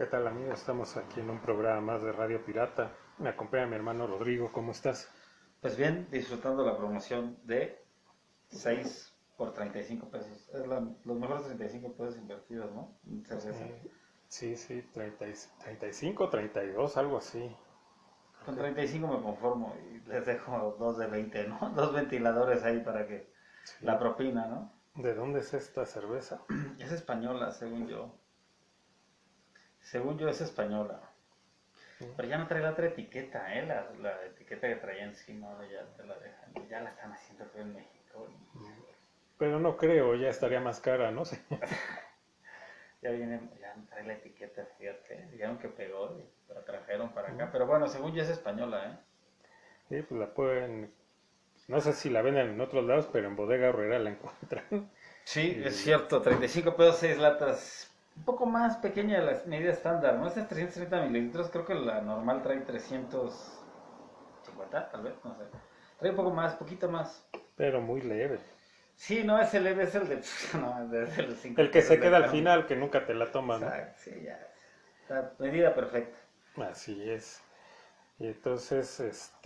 tal, amigos? Estamos aquí en un programa más de Radio Pirata. Me acompaña mi hermano Rodrigo. ¿Cómo estás? Pues bien, disfrutando la promoción de 6 por 35 pesos. Los mejores 35 pesos invertidos, ¿no? En cerveza. Sí, 35, 32, algo así. Con Creo 35 me conformo y les dejo dos de 20, ¿no? Dos ventiladores ahí para que la sí. propina, ¿no? ¿De dónde es esta cerveza? Es española, según yo. Según yo es española. Pero ya no trae la otra etiqueta, ¿eh? La etiqueta que traía encima, ahora ya te la dejan. Ya la están haciendo creo en México. Pero no creo, ya estaría más cara, ¿no? Sí, Ya viene, ya trae la etiqueta, fíjate. Dijeron que pegó y la trajeron para acá. Pero bueno, según yo es española, ¿eh? sí, pues la pueden... No sé si la venden en otros lados, pero en Bodega Aurrera la encuentran. Sí, es Y, cierto, 35 pesos, 6 latas. Un poco más pequeña de la medida estándar, ¿no? Esta es 330 mililitros, creo que la normal trae 350, tal vez, no sé. Trae un poco más, poquito más. pero muy leve. Sí, no, ese leve es el de, no, es el de 5 El que pesos se del queda al cambio. final, que nunca te la tomas, ¿no? Exacto, sí, ya. Está medida perfecta. Así es. Y entonces,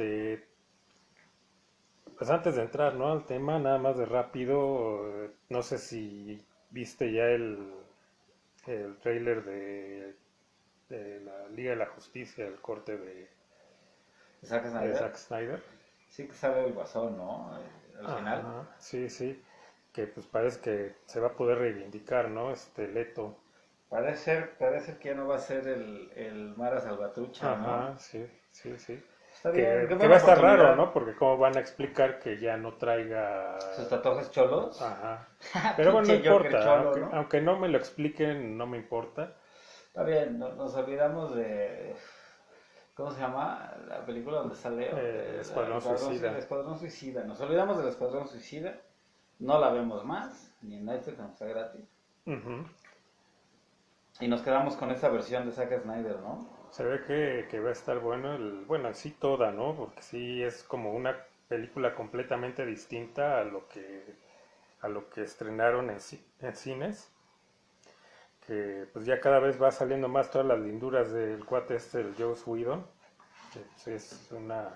pues antes de entrar, ¿no? Al tema, nada más de rápido, no sé si viste ya el tráiler de la Liga de la Justicia, el corte ¿Zack de Snyder? Zack Snyder. Sí que sale el guasón, ¿no? Al final. Ajá, sí, que pues parece que se va a poder reivindicar, ¿no? Leto. Parece que ya no va a ser el Mara Salvatrucha, ¿no? Ajá, sí. Está bien, qué Que va buena a estar raro, oportunidad. ¿no? Porque cómo van a explicar que ya no Sus traiga... tatuajes cholos. Ajá. Pero bueno, no Pinche Joker importa, cholo, ¿no? aunque no me lo expliquen, no me importa. Está bien, nos olvidamos de. ¿Cómo se llama? La película donde sale Escuadrón el Suicida. Escuadrón Suicida. Nos olvidamos del Escuadrón Suicida. No la vemos más, ni en Netflix, no está gratis. Ujú. Y nos quedamos con esa versión de Zack Snyder, ¿no? Se ve que va a estar bueno, bueno, en sí toda, ¿no? Porque sí es como una película completamente distinta a lo que estrenaron en cines, que pues ya cada vez va saliendo más todas las linduras del cuate el Joss Whedon, que pues, es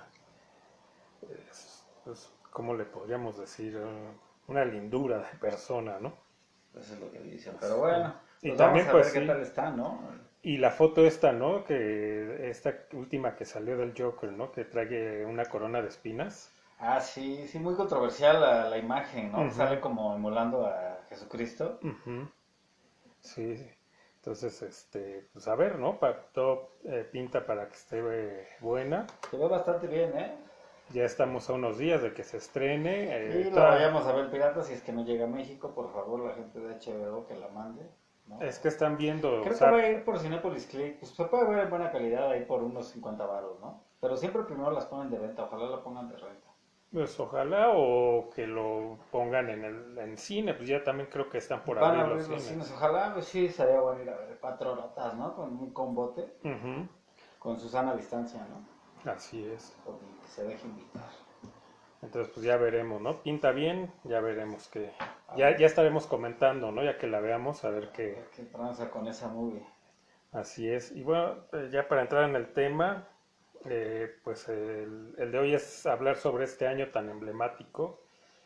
pues, ¿cómo le podríamos decir? Una lindura de persona, ¿no? Eso es lo que dicen. Pero bueno, Y pues vamos también a pues ver qué sí, tal está, ¿no? y la foto esta, ¿no? Que esta última que salió del Joker, ¿no? Que trae una corona de espinas. Ah, sí, sí, muy controversial la imagen, ¿no? Ujú, Sale como emulando a Jesucristo. ujú, sí, entonces, pues a ver, ¿no? Todo pinta para que esté buena. Se ve bastante bien, ¿eh? Ya estamos a unos días de que se estrene. Y la vayamos a ver pirata si es que no llega a México, por favor, la gente de HBO que la mande, ¿no? Es que están viendo, o Creo que va sea, a ir por Cinépolis Click, pues se puede ver en buena calidad ahí por unos 50 varos, ¿no? Pero siempre primero las ponen de venta, ojalá la pongan de renta. pues ojalá o que lo pongan en cine, pues ya también creo que están por Van a abrir los abrir los cines, cines. ojalá, pues sí, sería bueno ir a ver 4 horas, ¿no? Con un combote, Ujú, con Susana distancia, ¿no? así es. O que se deje invitar. Entonces, pues ya veremos, ¿no? Pinta bien, ya veremos que... A Ya, ver, ya estaremos comentando, ¿no? Ya que la veamos, a ver a qué... ver qué tranza con esa movie. Así es. Y bueno, ya para entrar en el tema, pues el de hoy es hablar sobre este año tan emblemático,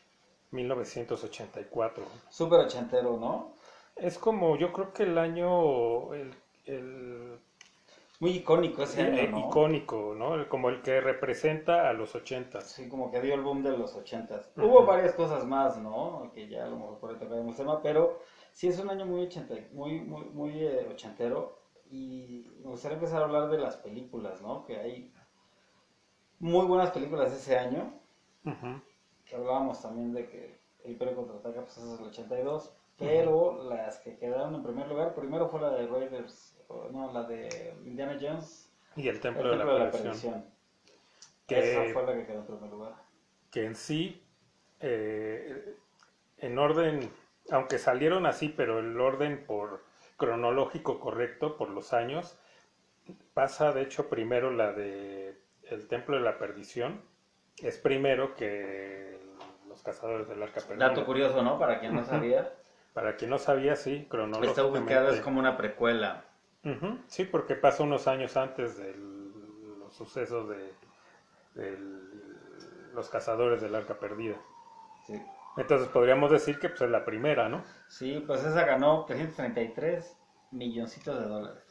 1984. Súper ochentero, ¿no? Es como, yo creo que el año, el Muy icónico ese año, ¿no? icónico, ¿no? Como el que representa a los ochentas. Sí, como que dio el boom de los 80s. Hubo Ujú. varias cosas más, ¿no? Que ya a lo mejor por ahí tocaremos tema, pero sí es un año muy ochentero. Y me gustaría empezar a hablar de las películas, ¿no? Que hay muy buenas películas ese año. Ujú, Que hablábamos también de que el Imperio Contraataca pues es el 82, ujú. pero las que quedaron en primer lugar, primero fue la de Raiders, no, la de Indiana Jones, Y el el Templo de la Templo de la Perdición, Perdición. Esa fue que, la que quedó en primer lugar. que en sí, eh, en orden, aunque salieron así, pero el orden por cronológico correcto por los años, pasa de hecho primero la de El Templo de la Perdición, es primero que Los Cazadores del Arca Dato Perdida. curioso, ¿no? Para quien no Ujú. sabía, Para quien no sabía, sí, está ubicada, es cronológicamente. como una precuela. Ujú, sí, porque pasa unos años antes de los sucesos de los cazadores del Arca Perdida. Sí. Entonces podríamos decir que pues, es la primera, ¿no? Sí, pues esa ganó 333 milloncitos de dólares.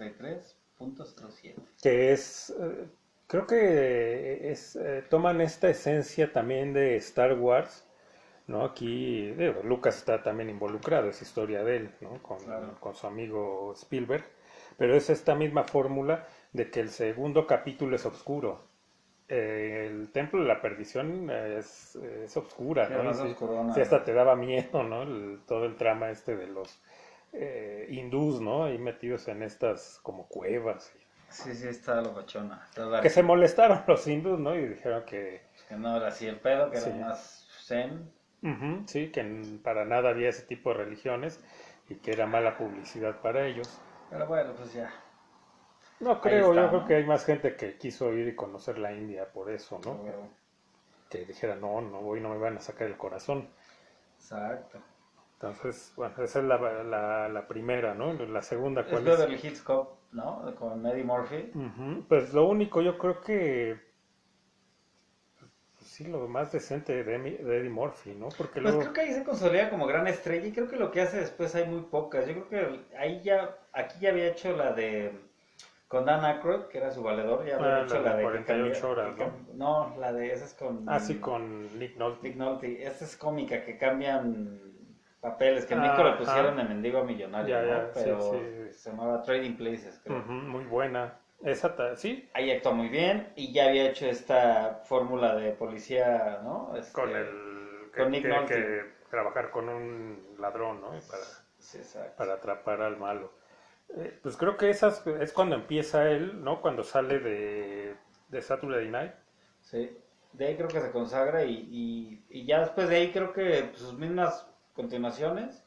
333.07. Que es, creo que toman esta esencia también de Star Wars, ¿no? Aquí, digo, Lucas está también involucrado, es historia de él, ¿no? Claro. Con su amigo Spielberg, pero es esta misma fórmula de que el segundo capítulo es oscuro. El Templo de la Perdición es oscura, Sí, ¿no? Y más sí, oscurona. sí hasta te daba miedo, ¿no? Todo el trama este de los hindús, ¿no? Ahí metidos en estas como cuevas. Sí, sí, está locochona. Está Que se darky. molestaron los hindús, ¿no? Y dijeron que Pues que no era así el pedo, que era sí, más zen. ujú, sí, que para nada había ese tipo de religiones y que era mala publicidad para ellos. Pero bueno, pues ya. No Ahí creo, yo está, creo que ¿no? hay más gente que quiso ir y conocer la India por eso, A ¿no? huevo. Que dijera, no, no voy, no me van a sacar el corazón. Exacto. Entonces, bueno, esa es la primera, ¿no? La segunda, Es ¿cuál es? Beverly Hills Cop, ¿no? Con Eddie Murphy. Ujú, pues lo único, yo creo que pues, sí, lo más decente de Eddie Murphy, ¿no? Porque Pues creo luego, que ahí se consolida como gran estrella y creo que lo que hace después hay muy pocas. Yo creo que ahí ya, aquí ya había hecho la de, con Dan Aykroyd, que era su valedor, ya había la hecho la de de 48 horas, ¿no? no, la de, esa es Así con con Nick Nolte. Nick Nolte. Esta es cómica, que cambian papeles, que en México le pusieron Ajá, de mendigo a millonario, ya, ¿no? ya, sí, sí. Pero se llamaba Trading Places, creo. Ujú, muy buena. Sí, Ahí actuó muy bien y ya había hecho esta fórmula de policía, ¿no? con Con Nick que hay Nolte. que trabajar con un ladrón, ¿no? Y Sí, exacto. para atrapar al malo. Pues creo que esas es cuando empieza él, ¿no? Cuando sale de Saturday Night. Sí. De ahí creo que se consagra y ya después de ahí creo que pues, sus mismas continuaciones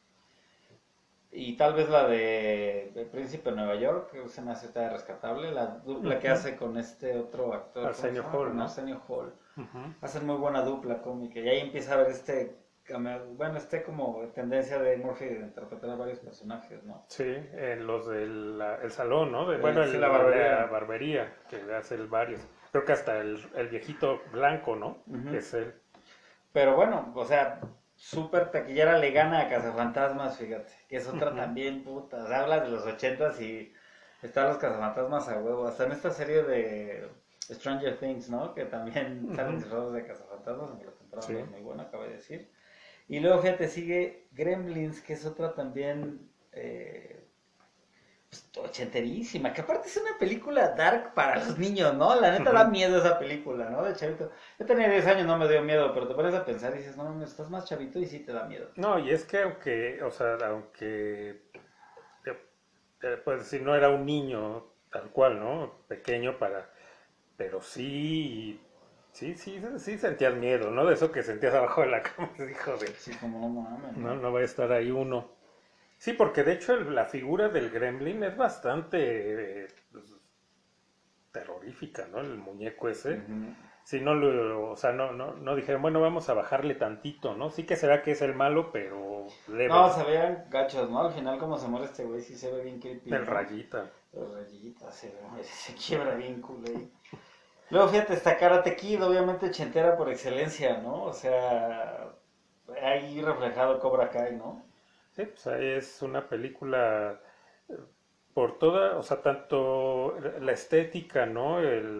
y tal vez la de El Príncipe de Nueva York, que se me hace tan rescatable, la dupla que Ujú, hace con este otro actor, ¿cómo se Arsenio llama? Hall, Con ¿no? Arsenio Hall. Ujú. Hacen muy buena dupla cómica y ahí empieza a ver bueno, como tendencia de Murphy de interpretar a varios personajes, ¿no? Sí, en los del el salón, ¿no? Bueno, Sí, la la barbería. barbería, que hace el varios. Creo que hasta el viejito blanco, ¿no? Ujú. Es él. Pero bueno, o sea, súper taquillera le gana a Cazafantasmas, fíjate, que es otra Ujú, también, puta. O sea, hablas de los ochentas y están los Cazafantasmas a huevo. Hasta en esta serie de Stranger Things, ¿no? Que también salen ujú, disfrazados de Cazafantasmas, aunque la temporada sí. no es muy buena, acabo de decir. Y luego, fíjate, sigue Gremlins, que es otra también pues, ochenterísima, que aparte es una película dark para los niños, ¿no? La neta da Ujú. miedo esa película, ¿no? De chavito. Yo tenía 10 años, no me dio miedo, pero te pones a pensar y dices, no mames, estás más chavito y sí te da miedo. No, y es que aunque, o sea, aunque, pues decir, no era un niño tal cual, ¿no? Pequeño pero sí, sí sentías miedo, ¿no? De eso que sentías abajo de la cama, hijo de, Sí, como no mames, no, ¿no? no va a estar ahí uno. Sí, porque de hecho la figura del gremlin es bastante pues, terrorífica, ¿no? El muñeco ese. Ujú. Si no o sea, no dijeron, bueno, vamos a bajarle tantito, ¿no? Sí que será que es el malo, pero No, leve. se veían gachos, ¿no? Al final, como se muere este güey, sí se ve bien creepy, El ¿no? rayita. Los rayitas, se quiebra bien cool ahí. Luego, fíjate, está Karate Kid, obviamente ochentera por excelencia, ¿no? O sea, ahí reflejado Cobra Kai, ¿no? Sí, pues ahí es una película por toda, o sea, tanto la estética, ¿no?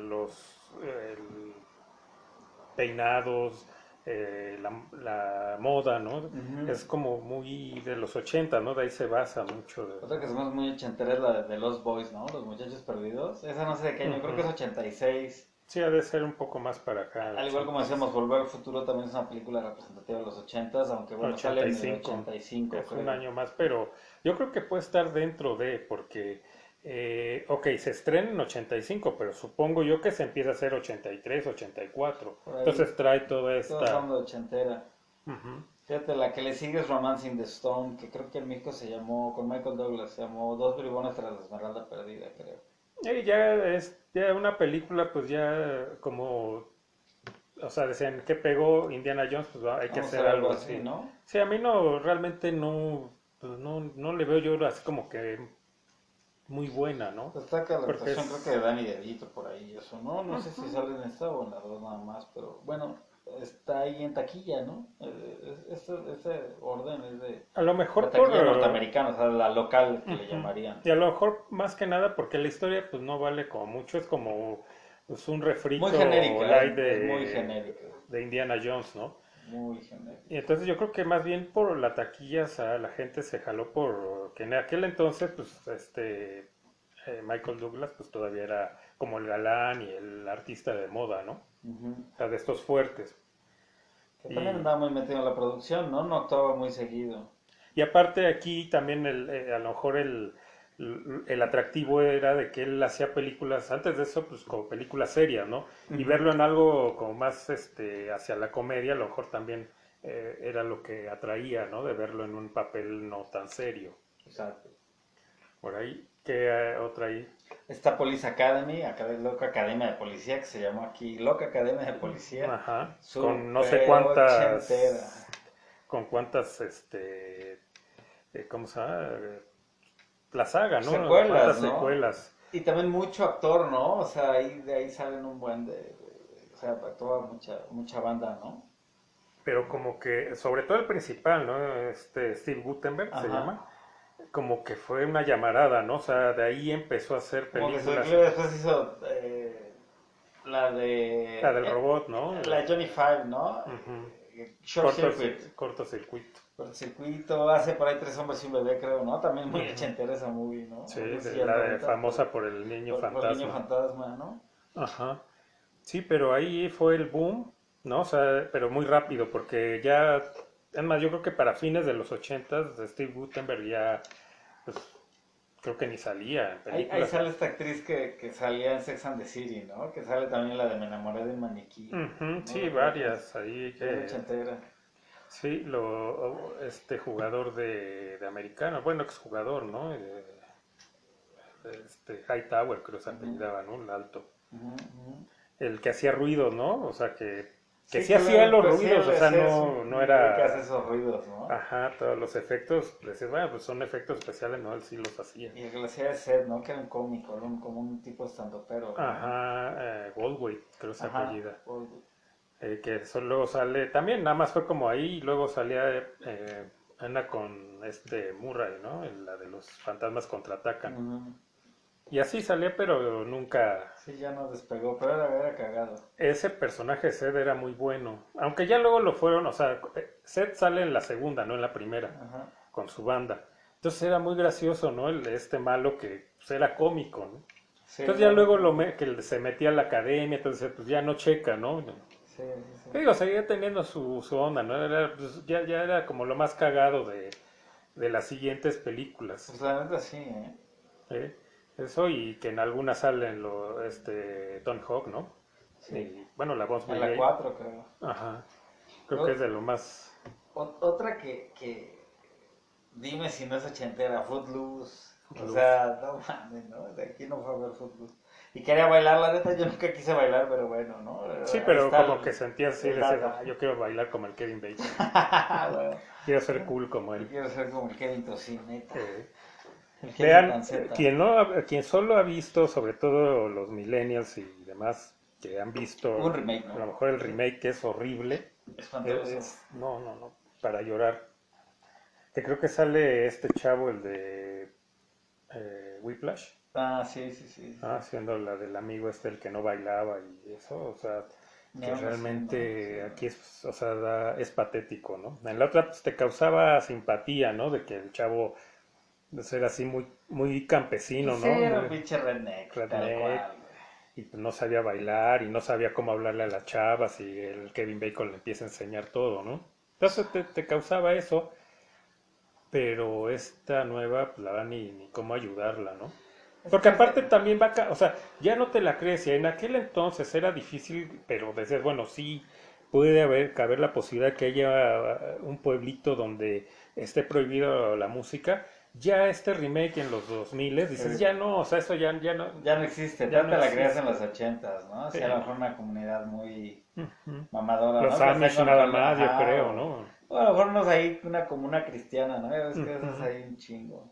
El peinados, la moda, ¿no? Ujú. Es como muy de los 80, ¿no? De ahí se basa mucho. Otra que somos muy ochentera es la de Los Boys, ¿no? Los muchachos perdidos. Esa no sé de qué año, creo que es Ujú. 86. Sí, ha de ser un poco más para acá, Al igual como 80, decíamos, Volver al Futuro también es una película representativa de los ochentas, aunque bueno, sale en el 85, 85, es un creo. año más, pero yo creo que puede estar dentro porque, ok, se estrena en 85, pero supongo yo que se empieza a hacer 83, 84. Por ahí, Entonces trae toda todos esta... hablando de ochentera. Ujú. Fíjate, la que le sigue es Romancing the Stone, que creo que en México se llamó, con Michael Douglas, se llamó Dos bribones tras la Esmeralda Perdida, creo. Y ya es ya una película, pues ya como, o sea, decían que pegó Indiana Jones, pues hay que Vamos a hacer hacer algo algo así, así. ¿no? Sí, a mí no, realmente no, pues no le veo yo así como que muy buena, ¿no? Destaca la Porque actuación, creo que de es... Danny DeVito por ahí, eso, ¿no? No sé si sale en esta o en la dos nada más, pero bueno, está ahí en taquilla, ¿no? Este orden es de A lo la mejor por... taquilla norteamericana, o sea, la local que le Ujú. llamarían. Y a lo mejor más que nada porque la historia pues no vale como mucho, es como pues, un Muy refrito genérica, light es muy genérica, de Indiana Jones, ¿no? muy Y genérica. entonces yo creo que más bien por la taquilla, o sea, la gente se jaló por que en aquel entonces, pues, Michael Douglas, pues todavía era como el galán y el artista de moda, ¿no? Ujú. O sea, de estos fuertes. Que también Y, andaba muy metido en la producción, ¿no? No actuaba muy seguido. y aparte aquí también a lo mejor el atractivo era de que él hacía películas, antes de eso, pues como películas serias, ¿no? Y Ujú. verlo en algo como más hacia la comedia, a lo mejor también era lo que atraía, ¿no? De verlo en un papel no tan serio. Exacto. Por ahí, ¿qué otra ahí? Está Police Academy, Loca Academia de Policía, que se llamó aquí Loca Academia de Policía. Ajá, con no sé Super ochentera. con cuántas, ¿cómo se llama? La saga, ¿no? Secuelas, Cuántas ¿no? secuelas. Y también mucho actor, ¿no? O sea, ahí, de ahí salen un buen o sea, actúa mucha banda, ¿no? Pero como que, sobre todo el principal, ¿no? Steve Guttenberg se Ajá. llama, como que fue una llamarada, ¿no? O sea, de ahí empezó a hacer Como que su películas, declive después hizo la la del de... robot, ¿no? la de Johnny Five, ¿no? Ujú. Short Circuit. Cortocircuito. Cortocircuito, hace por ahí Tres hombres y un bebé, creo, ¿no? También muy Ujú. ochentera esa movie, ¿no? Sí, O no sé si ya la noventas, famosa por el niño por el niño fantasma. fantasma, ¿no? Ajá. Sí, pero ahí fue el boom, ¿no? O sea, pero muy rápido, porque ya, es más, yo creo que para fines de los ochentas, Steve Guttenberg ya, pues, creo que ni salía en Ahí películas. sale esta actriz que salía en Sex and the City, ¿no? Que sale también la de Me enamoré de un maniquí. Ujú, No sí, recuerdo cómo varias ahí bien que, ochentera. sí, este jugador de americano, bueno, exjugador, ¿no? Hightower, creo que se Ujú, apellidaba, ¿no? El alto. ujú, ujú. El que hacía ruidos, ¿no? O sea, que Sí, sí que hacía los pues sí, ruidos, él o sea, es un no güey que hace era. esos ruidos, ¿no? Ajá, todos los efectos, decías, bueno, pues son efectos especiales, no, él sí los hacía. Y el que lo hacía de Seth, ¿no? Que era un cómico, era como un tipo estandopero, ¿no? Ajá, Goldwyn, creo se Ajá. apellida. Que luego sale, también nada más fue como ahí, y luego salía Ana con Murray, ¿no? La de los fantasmas contraatacan. Ujú. Y así salía, pero nunca. Sí, ya no despegó, pero era cagado. Ese personaje de Zed era muy bueno. Aunque ya luego lo fueron, o sea, Zed sale en la segunda, no en la primera, Ajá. con su banda. Entonces era muy gracioso, ¿no? Este malo que pues, era cómico, ¿no? Sí, Entonces ya era muy luego cómico. que se metía a la academia, entonces pues ya no checa, ¿no? Sí, sí, sí. ¿Qué digo? Seguía teniendo su onda, ¿no? Pues, ya era como lo más cagado de las siguientes películas. Pues la neta sí, ¿eh? ¿Eh? Eso y que en algunas salen Tony Hawk, ¿no? Sí. Y bueno, la Boss En la Brigade. 4 creo. Ajá. Creo que es O- de lo más. Otra que dime si no es ochentera, Footloose. O Luz. sea, no mames, ¿no? De aquí no fue a ver Footloose. Y quería bailar, la neta, yo nunca quise bailar, pero bueno, ¿no? Sí, Ahí pero está como que sentías así, el decías, dato. yo quiero bailar como el Kevin Bacon. Bueno, Quiero ser cool como yo él. quiero ser como el Kevin Tocineta. Eh, El Kevin Vean, Panceta. quien solo ha visto, sobre todo los millennials y demás, que han Hubo un visto remake, a lo ¿no? mejor el remake que es horrible, Espantoso. no, no, no, para llorar. Que creo que sale este chavo, el de Whiplash, Ah, sí, sí, sí, sí. haciendo la del amigo el que no bailaba y eso, o sea, Ni que aún así, ¿no? Sí, realmente no. aquí es, o sea, es patético, ¿no? En la otra pues, te causaba simpatía, ¿no? De que el chavo pues, era así muy, muy campesino, Pues sí, ¿no? era un Muy pinche redneck, tal redneck, cual, güey. y pues, no sabía bailar y no sabía cómo hablarle a las chavas y el Kevin Bacon le empieza a enseñar todo, ¿no? Entonces te causaba eso, pero esta nueva, pues la verdad ni cómo ayudarla, ¿no? Es Porque que es aparte también o sea, ya no te la crees, y en aquel entonces era difícil, pero decías, bueno, sí, puede caber la posibilidad que haya un pueblito donde esté prohibido la música. Ya este remake en los 2000 dices, eh, ya no, o sea, eso ya no existe, ya no tanta la creas en existe. los ochentas, ¿no? Así a lo Sí. mejor una comunidad muy Ujú. mamadora, Los ¿no? Que está Amish con nada religión, más, yo ajá, creo, ¿no? o a lo mejor unos ahí, una comuna cristiana, ¿no? Ya ves que Ujú. esas ahí un chingo.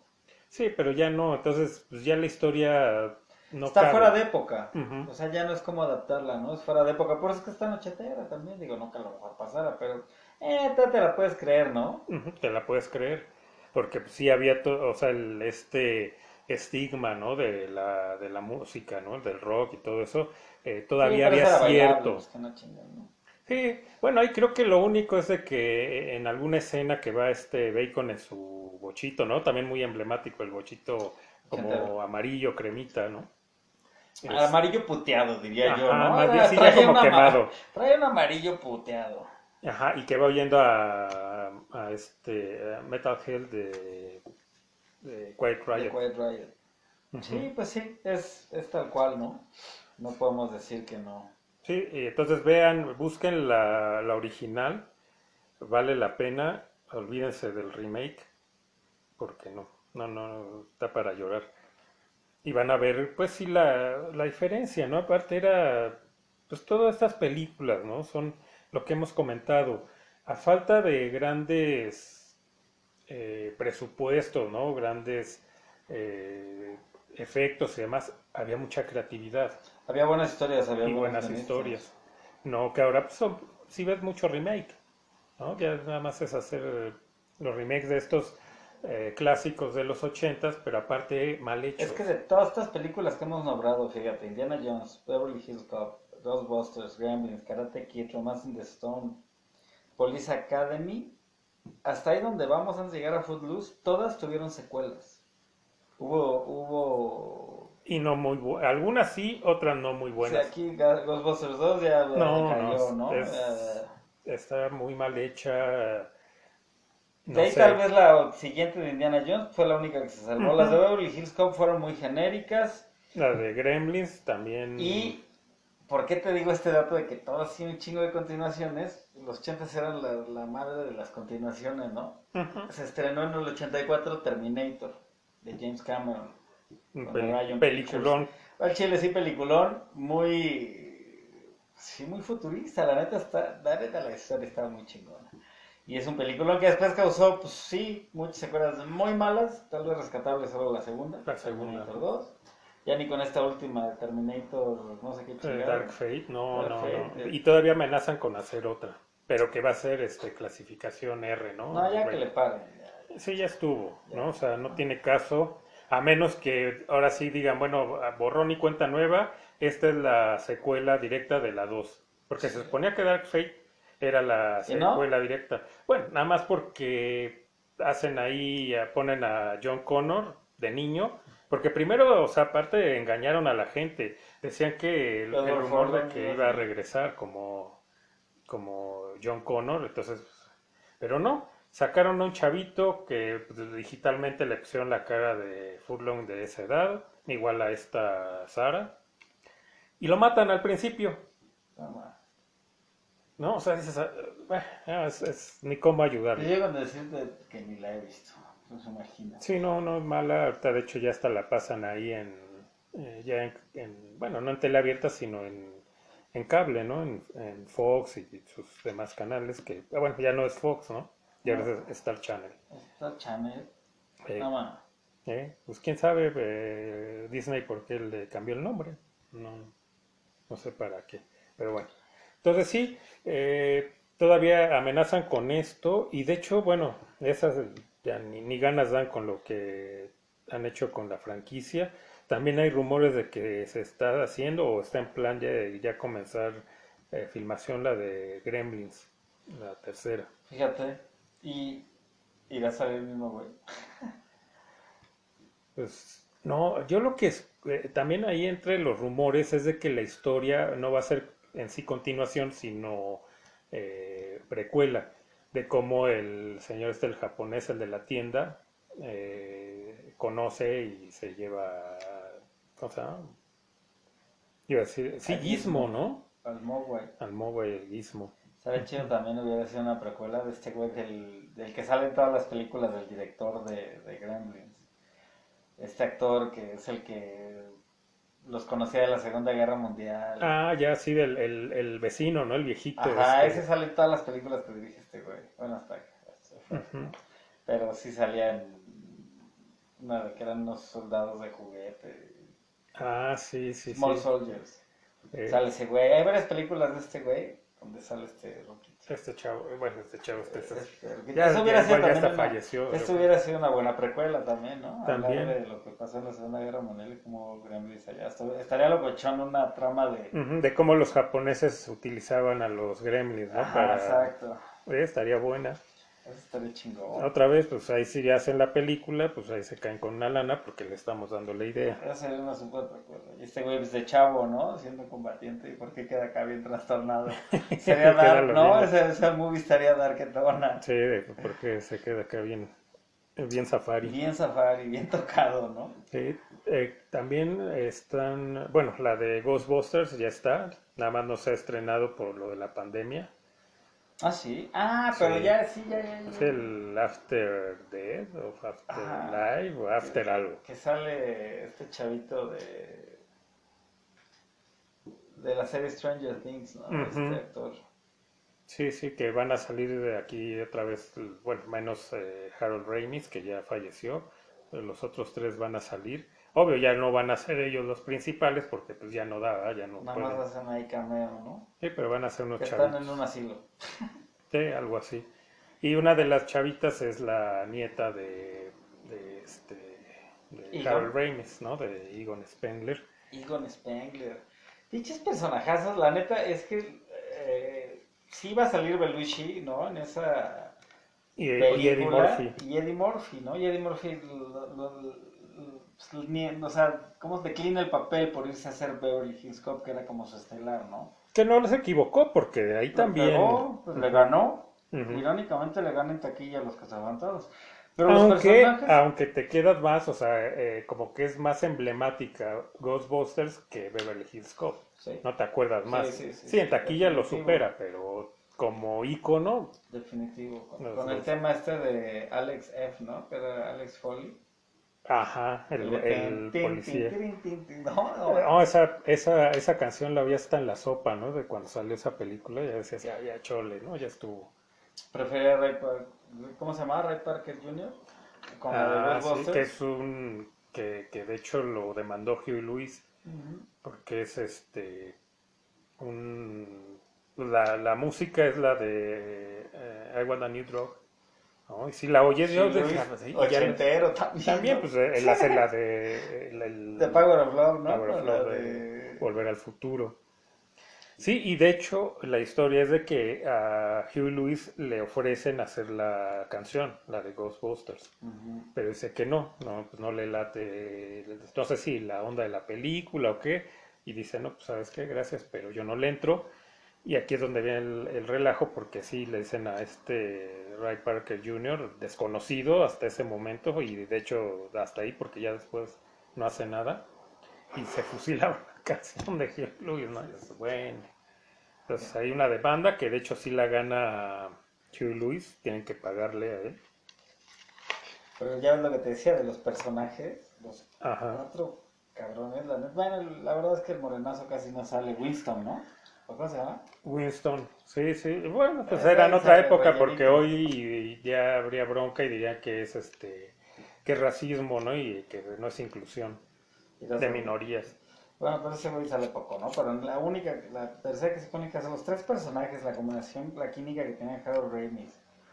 Sí, pero ya no, entonces pues ya la historia no Está fuera cabe. de época. Ujú, O sea, ya no es como adaptarla, ¿no? Es fuera de época. Por eso es que está nocheteera también. Digo, no que a lo mejor pasara, pero te la puedes creer, ¿no? ujú, te la puedes creer, porque pues, sí había todo, o sea, este estigma, ¿no? De la música, ¿no? Del rock y todo eso, Sí, todavía pero había esa era bailable, cierto. pues que no chingan, ¿no? Sí, bueno, ahí creo que lo único es de que en alguna escena que va este Bacon en su bochito, ¿no? También muy emblemático el bochito Ochentero. como amarillo, cremita, ¿no? Es, Amarillo puteado, diría yo, ajá, ¿no? más bien sí, ya Trae, como quemado. trae un amarillo puteado. Ajá, y que va oyendo a este a Metalhead de Quiet De Riot. Quiet Riot. Ujú. Sí, pues sí, es tal cual, ¿no? No podemos decir que no. Sí, y entonces vean, busquen la original, vale la pena, olvídense del remake, porque no, está para llorar. Y van a ver, pues sí, la diferencia, ¿no? Aparte era, pues todas estas películas, ¿no? Son lo que hemos comentado. A falta de grandes presupuestos, ¿no? Grandes eh, efectos y demás, había mucha creatividad Había buenas historias, había y buenos buenas guionistas. historias. No, que ahora pues, sí ves mucho remake, ¿no? Ya nada más es hacer los remakes de estos clásicos de los ochentas, pero aparte mal Es que hechos. de todas estas películas que hemos nombrado, fíjate, Indiana Jones, Beverly Hills Cop, Ghostbusters, Gremlins, Karate Kid, Romance in the Stone, Police Academy, hasta ahí donde vamos antes de llegar a Footloose, todas tuvieron secuelas. Hubo, Y no muy buenas, algunas sí, otras no muy sí, buenas. aquí Ghostbusters 2 ya No, cayó, ¿no? está muy mal hecha, De no ahí tal sé. vez la siguiente de Indiana Jones fue la única que se salvó. Las de Ujú. Beverly Hills Cop fueron muy genéricas. La de Gremlins también. ¿Y por qué te digo este dato de que todo así un chingo de continuaciones? Los 80 eran la madre de las continuaciones, ¿no? Ujú. Se estrenó en el 84 Terminator de James Cameron Un con Orion Pictures. peliculón. Al chile sí, peliculón, muy, sí, muy futurista, la neta la historia estaba muy chingona. Y es un peliculón que después causó, pues sí, muchas secuelas muy malas, tal vez rescatable solo la segunda, La segunda, Terminator ¿no? 2. Ya ni con esta última de Terminator, no sé qué Dark chingado. Fate, no, Dark no, Fate. no. Y todavía amenazan con hacer otra. Pero que va a ser clasificación R, No, ¿no? ya que le paren. Sí, ya estuvo, Ya, ¿no? O sea, no no. tiene caso. A menos que ahora sí digan, bueno, borrón y cuenta nueva, esta es la secuela directa de la 2. Porque se suponía que Dark Fate era la ¿Y no? secuela directa. Bueno, nada más porque hacen ahí, ponen a John Connor de niño. Porque primero, o sea, aparte engañaron a la gente. Decían que el Edward rumor de Furlong que iba a iba a salir. regresar como John Connor, entonces, pero no, sacaron a un chavito que pues, digitalmente le pusieron la cara de Furlong de esa edad, igual a esta Sara, y lo matan al principio, No, ma. ¿no? O sea, dices, ni cómo Te ayudarle. llego a decirte que ni la he visto. Pues imagínate. Sí, no, no es mala, ahorita de hecho ya hasta la pasan ahí ya bueno, no en tele abierta, sino en cable, ¿no? En Fox y sus demás canales, que, bueno, ya no es Fox, ¿no? Ya No, ahora es Star Channel. esta Channel. No, Eh, ma. pues quién sabe, Disney por qué le cambió el nombre, no, no sé para qué, pero bueno. Entonces sí, todavía amenazan con esto y de hecho, bueno, esas ya ni ganas dan con lo que han hecho con la franquicia. También hay rumores de que se está haciendo o está en plan ya comenzar filmación la de Gremlins, la tercera. Fíjate. Y irá a salir el mismo güey. Pues no, yo lo que también ahí entre los rumores es de que la historia no va a ser en sí continuación, sino precuela de cómo el señor el japonés, el de la tienda, conoce y se lleva, ¿cómo se llama? Iba a decir, A sí, Gizmo, Gizmo. ¿no? Al Mogwai. Al mobile Gizmo. Sabe chido también hubiera sido una precuela de este güey del que sale en todas las películas del director de Gremlins. Este actor que es el que los conocía de la Segunda Guerra Mundial. Ah, ya, sí, el vecino, ¿no? El viejito Ajá, ese este. sale en todas las películas que dirige este güey. Bueno, hasta se fue. Ujú. Pero sí salía una de que eran unos soldados de juguete, Ah, sí, sí, Small sí. Soldiers. Eh, Sale ese güey. Hay varias películas de este güey donde sale este Roquito. este chavo, bueno, este chavo, Eso ya hubiera sido igual ya también hasta una, falleció, yo esto creo. hubiera sido una buena precuela también, ¿no? Hablar También. de lo que pasó en la Segunda Guerra Mundial y cómo Gremlins allá. Estaría locochón una trama de... Ujú, de cómo los japoneses utilizaban a los gremlins, ¿no? Ajá, Para... exacto. estaría buena. Eso estaría chingón. Otra vez, pues ahí si hacen la película, pues ahí se caen con una lana porque le estamos dando la idea. Esa sería una super precuela. Y este güey es de chavo, ¿no? Siendo combatiente. ¿Y por qué queda acá bien trastornado? Sería Queda Dark, lo ¿no? mismo. Ese movie estaría Darketona. Sí, porque se queda acá bien, bien safari. Bien safari, bien tocado, ¿no? Sí, también están, bueno, la de Ghostbusters ya está, nada más no se ha estrenado por lo de la pandemia. Ah, sí. Ah, pero Sí, ya, sí, ya, ya, es ya. el After Death o After Ajá. Life o After algo. Que sale este chavito de la serie Stranger Things, ¿no? Este Ujú. actor. Sí, sí, que van a salir de aquí otra vez, bueno, menos Harold Ramis, que ya falleció, los otros tres van a salir. Obvio, ya no van a ser ellos los principales porque pues ya no da, ¿verdad? Ya no Nada más pueden. hacen ahí cameo, ¿no? Sí, pero van a ser unos Que están en un chavitos. asilo. Sí, algo así. Y una de las chavitas es la nieta de de Egon. Harold Ramis, ¿no? De Egon Spengler. Egon Spengler. Dichos personajazos, la neta es que sí va a salir Belushi, ¿no? En esa Y Eddie película. Murphy. Y Eddie Murphy, ¿no? Y Eddie Murphy, o sea, cómo declina el papel por irse a hacer Beverly Hills Cop, que era como su estelar, ¿no? Que no se equivocó porque de ahí Le también. pegó, pues le Ujú, ganó. ujú. Irónicamente le gana en taquilla a los cazafantasmas. Pero los Aunque, personajes, aunque te quedas más, o sea, como que es más emblemática Ghostbusters que Beverly Hills Cop. sí, No te acuerdas sí, más. sí, sí, Sí, en sí, taquilla lo definitivo. supera, pero como ícono, Definitivo. los Con el dos. tema este de Alex F, ¿no? Que era Alex Foley. Ajá, El de ten, el tin, tin, policía. tin, tin, tin. No, no Oh, mames. esa canción la había hasta en la sopa, ¿no? De cuando salió esa película, ya decías, ya, ya chole, ¿no? Ya estuvo. Prefería Ray Park. ¿Cómo se llama? Ray Parker Jr. Con la de Ah, sí, que Ghostbusters. es que de hecho lo demandó Huey Lewis, Ujú. porque es la música es la de I Want a New Drug, ¿no? Y si la oyes, yo Hugh decía, Lewis, pues, sí, y ya ochentero también, también, ¿no? pues él hace la de The Power of Love, ¿no? Power of Con la Love de de... Volver al Futuro. Sí, y de hecho la historia es de que a Huey Lewis le ofrecen hacer la canción, la de Ghostbusters, Ujú. pero dice que no, no, pues no le late, no sé si la onda de la película o qué, y dice, no, pues sabes qué, gracias, pero yo no le entro, y aquí es donde viene el relajo, porque sí le dicen a Ray Parker Jr., desconocido hasta ese momento, y de hecho hasta ahí, porque ya después no hace nada, y se fusilaron la canción de Huey Lewis, ¿no? Y dices, bueno. Entonces hay una demanda que de hecho sí la gana Huey Lewis, tienen que pagarle a él. Pero ya ves lo que te decía de los personajes, los Ajá. cuatro cabrones, la neta. Bueno, la verdad es que el morenazo casi no sale. Winston, ¿no? ¿O cómo se llama? Winston, sí, sí. Bueno, pues Ese era en ahí otra sale época porque rellenito. hoy ya habría bronca y dirían que es que es racismo, ¿no? Y que no es inclusión Y los de de- minorías. Bueno, pero ese güey sale poco, ¿no? Pero la única, la tercera que se pone que son los tres personajes, la combinación, la química que tenían Harold Ramis,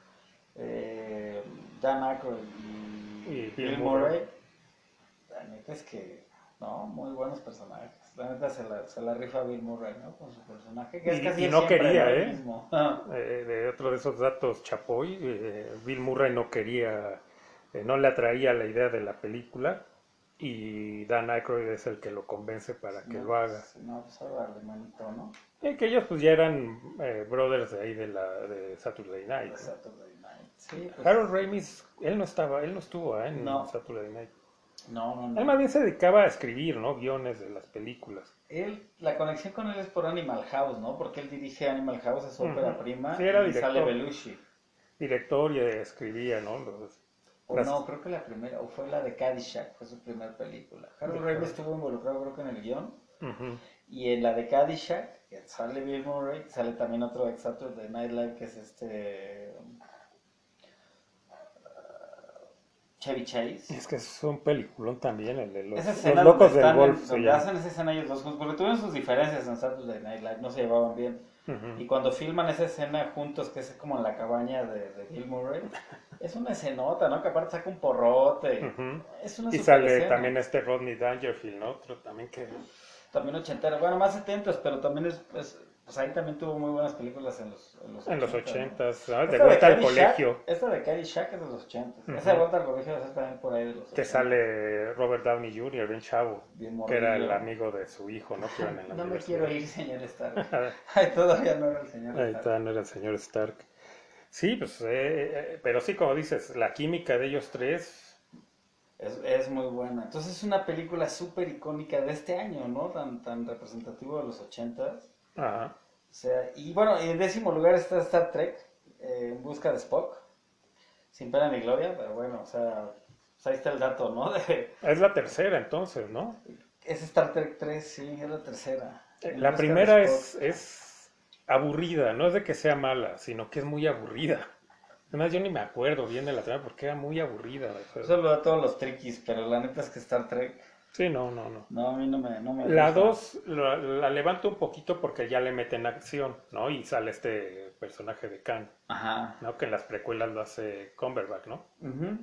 eh, Dan Aykroyd Y y Bill Bill Murray. Murray, la neta es que, no, muy buenos personajes. La neta se la rifa Bill Murray, ¿no? Con su personaje, que es Y casi no siempre, ¿no? quería, El ¿eh? mismo. De otro de esos datos chapoy, Bill Murray no quería, no le atraía la idea de la película y Dan Aykroyd es el que lo convence para que lo haga. Si no, pues órale, manito, ¿no? Y que ellos pues ya eran brothers de ahí de Saturday Night, De ¿no? Saturday Night. Sí, Harold pues, Ramis, él no estuvo en no, Saturday Night. no, no, Él más no. bien se dedicaba a escribir, ¿no? Guiones de las películas. Él, la conexión con él es por Animal House, ¿no? Porque él dirige Animal House, es su ópera Ujú. Sí, prima, era y sale director. Belushi. Director y escribía, ¿no? O no, Las creo que la primera, o fue la de Caddyshack, fue su primera película. de Harold Ramis Harold. estuvo involucrado, creo que en el guión. Ujú. Y en la de Caddyshack, que sale Bill Murray, sale también otro ex de Night Live, que es Chevy Chase. Es que es un peliculón también, el de Esa los escena locos del golf se donde llama. hacen esa escena ellos dos juntos, porque tuvieron sus diferencias en Saturday Night Live, no se llevaban bien. Ujú, Y cuando filman esa escena juntos, que es como en la cabaña de Bill Murray, es una escenota, ¿no? Que aparte saca un porrote. ujú. Es una Y super sale escena. también este Rodney Dangerfield, ¿no? Otro también que... También ochentera, bueno, más setentas, pero también pues ahí también tuvo muy buenas películas en los En los 80, ¿no? ochentas, ¿no? De Esta de vuelta al Caddyshack, colegio, esta de Caddyshack es de los ochentas. Esa de ujú, vuelta al colegio debe ser también por ahí de los que ochentas. sale Robert Downey Jr., bien chavo, Bien que era el morrillo. amigo de su hijo, ¿no? Que iban en la No me quiero universidad. ir, señor Stark. Ay, todavía no era el señor Ahí Stark. está, no era el señor Stark. Sí, pues, pero sí, como dices, la química de ellos tres, Es muy buena. Entonces es una película súper icónica de este año, ¿no? Tan representativo de los ochentas. ajá. O sea, y bueno, en décimo lugar está Star Trek, En busca de Spock. Sin pena ni gloria, pero bueno, o sea, pues ahí está el dato, ¿no? Es la tercera entonces, ¿no? Es Star Trek 3, sí, es la tercera. En La busca de primera Spock. es aburrida, no es de que sea mala, sino que es muy aburrida. Además, yo ni me acuerdo bien de la trama porque era muy aburrida. O sea, Solo a todos los triquis, pero la neta es que Star Trek, sí, no, no, no. no, a mí no me La rifa. 2 la levanto un poquito porque ya le meten acción, ¿no? Y sale este personaje de Khan, Ajá. ¿no? Que en las precuelas lo hace Cumberbatch, ¿no? Ujú.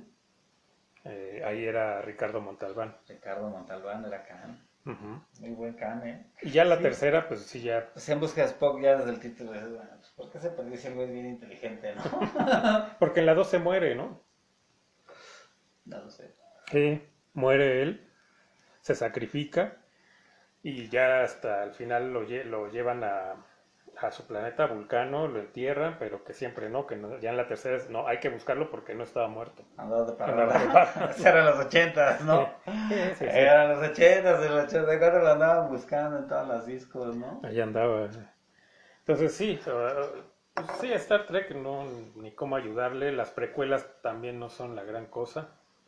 Ahí era Ricardo Montalbán. Ricardo Montalbán era Khan. Ujú. Muy buen Khan, ¿eh? Y ya la Sí. tercera, pues sí, ya. Pues en busca de Spock ya desde el título dices, bueno, pues ¿por qué se perdió si el güey es bien inteligente, no? Porque en la 2 se muere, ¿no? No lo sé. Sí, muere él, se sacrifica y ya hasta el final lo llevan a su planeta Vulcano, lo entierran, pero que siempre no, que no, ya en la tercera es, no, hay que buscarlo porque no estaba muerto. Andaba de Andaba de parranda. baja. Esos eran los ochentas, ¿no? Sí, sí, sí. Eran los ochentas, el 84 lo andaban buscando en todas las discos, ¿no? Ahí andaba. Entonces sí, pues sí, Star Trek no, ni cómo ayudarle, las precuelas también no son la gran cosa.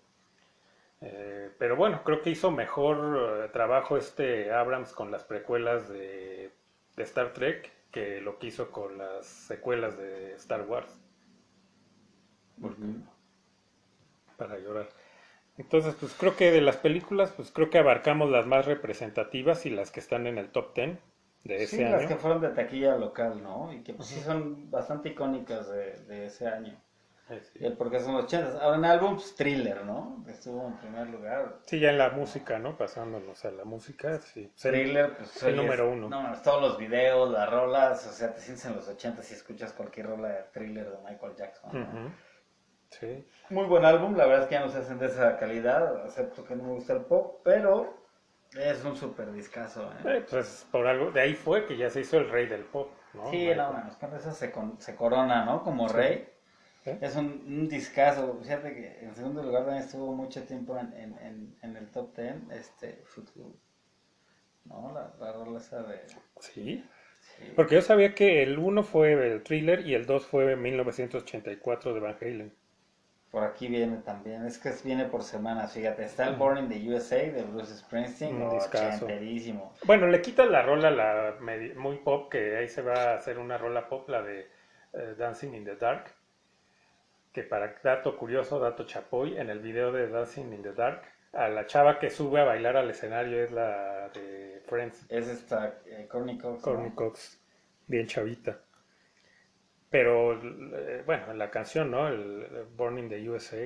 Pero bueno, creo que hizo mejor trabajo este Abrams con las precuelas de Star Trek que lo que hizo con las secuelas de Star Wars. Porque, Ujú. para llorar. Entonces, pues creo que de las películas, pues creo que abarcamos las más representativas y las que están en el top 10 de Sí, ese las año. que fueron de taquilla local, ¿no? Y que pues sí Ujú. son bastante icónicas de ese año. Sí. Y el por qué son los ochentas. Ahora en álbums, Thriller, ¿no? Estuvo en primer lugar. Sí, ya en la música, ¿no? Pasándonos a la música, sí. Pues Thriller, pues el oyes, número uno. no mames, todos los videos, las rolas, o sea, te sientes en los ochentas y escuchas cualquier rola de Thriller de Michael Jackson, ¿no? Ujú. Sí. Muy buen álbum, la verdad es que ya no se hacen de esa calidad, acepto que no me gusta el pop, pero es un super discazo, ¿eh? Pues por algo, de ahí fue que ya se hizo el rey del pop, ¿no? Sí, no Michael. mames, con eso se corona, ¿no? Como Sí. rey. ¿Eh? Es un discazo. Fíjate que en segundo lugar también estuvo mucho tiempo en el top 10, Footloose, ¿no? La rola esa de... Sí. Sí. Porque yo sabía que el uno fue el Thriller y el 2 fue 1984 de Van Halen. Por aquí viene también, es que viene por semanas, fíjate, está el Ujú. Born in the USA de Bruce Springsteen, Un discazo. ochenterísimo. Bueno, le quitas la rola muy pop, que ahí se va a hacer una rola pop, la de Dancing in the Dark, que para dato curioso, dato chapoy, en el video de Dancing in the Dark, a la chava que sube a bailar al escenario es la de Friends, Es esta Courtney Cox, Courtney ¿no? Cox, bien chavita. Pero bueno, la canción, ¿no? El Born in the USA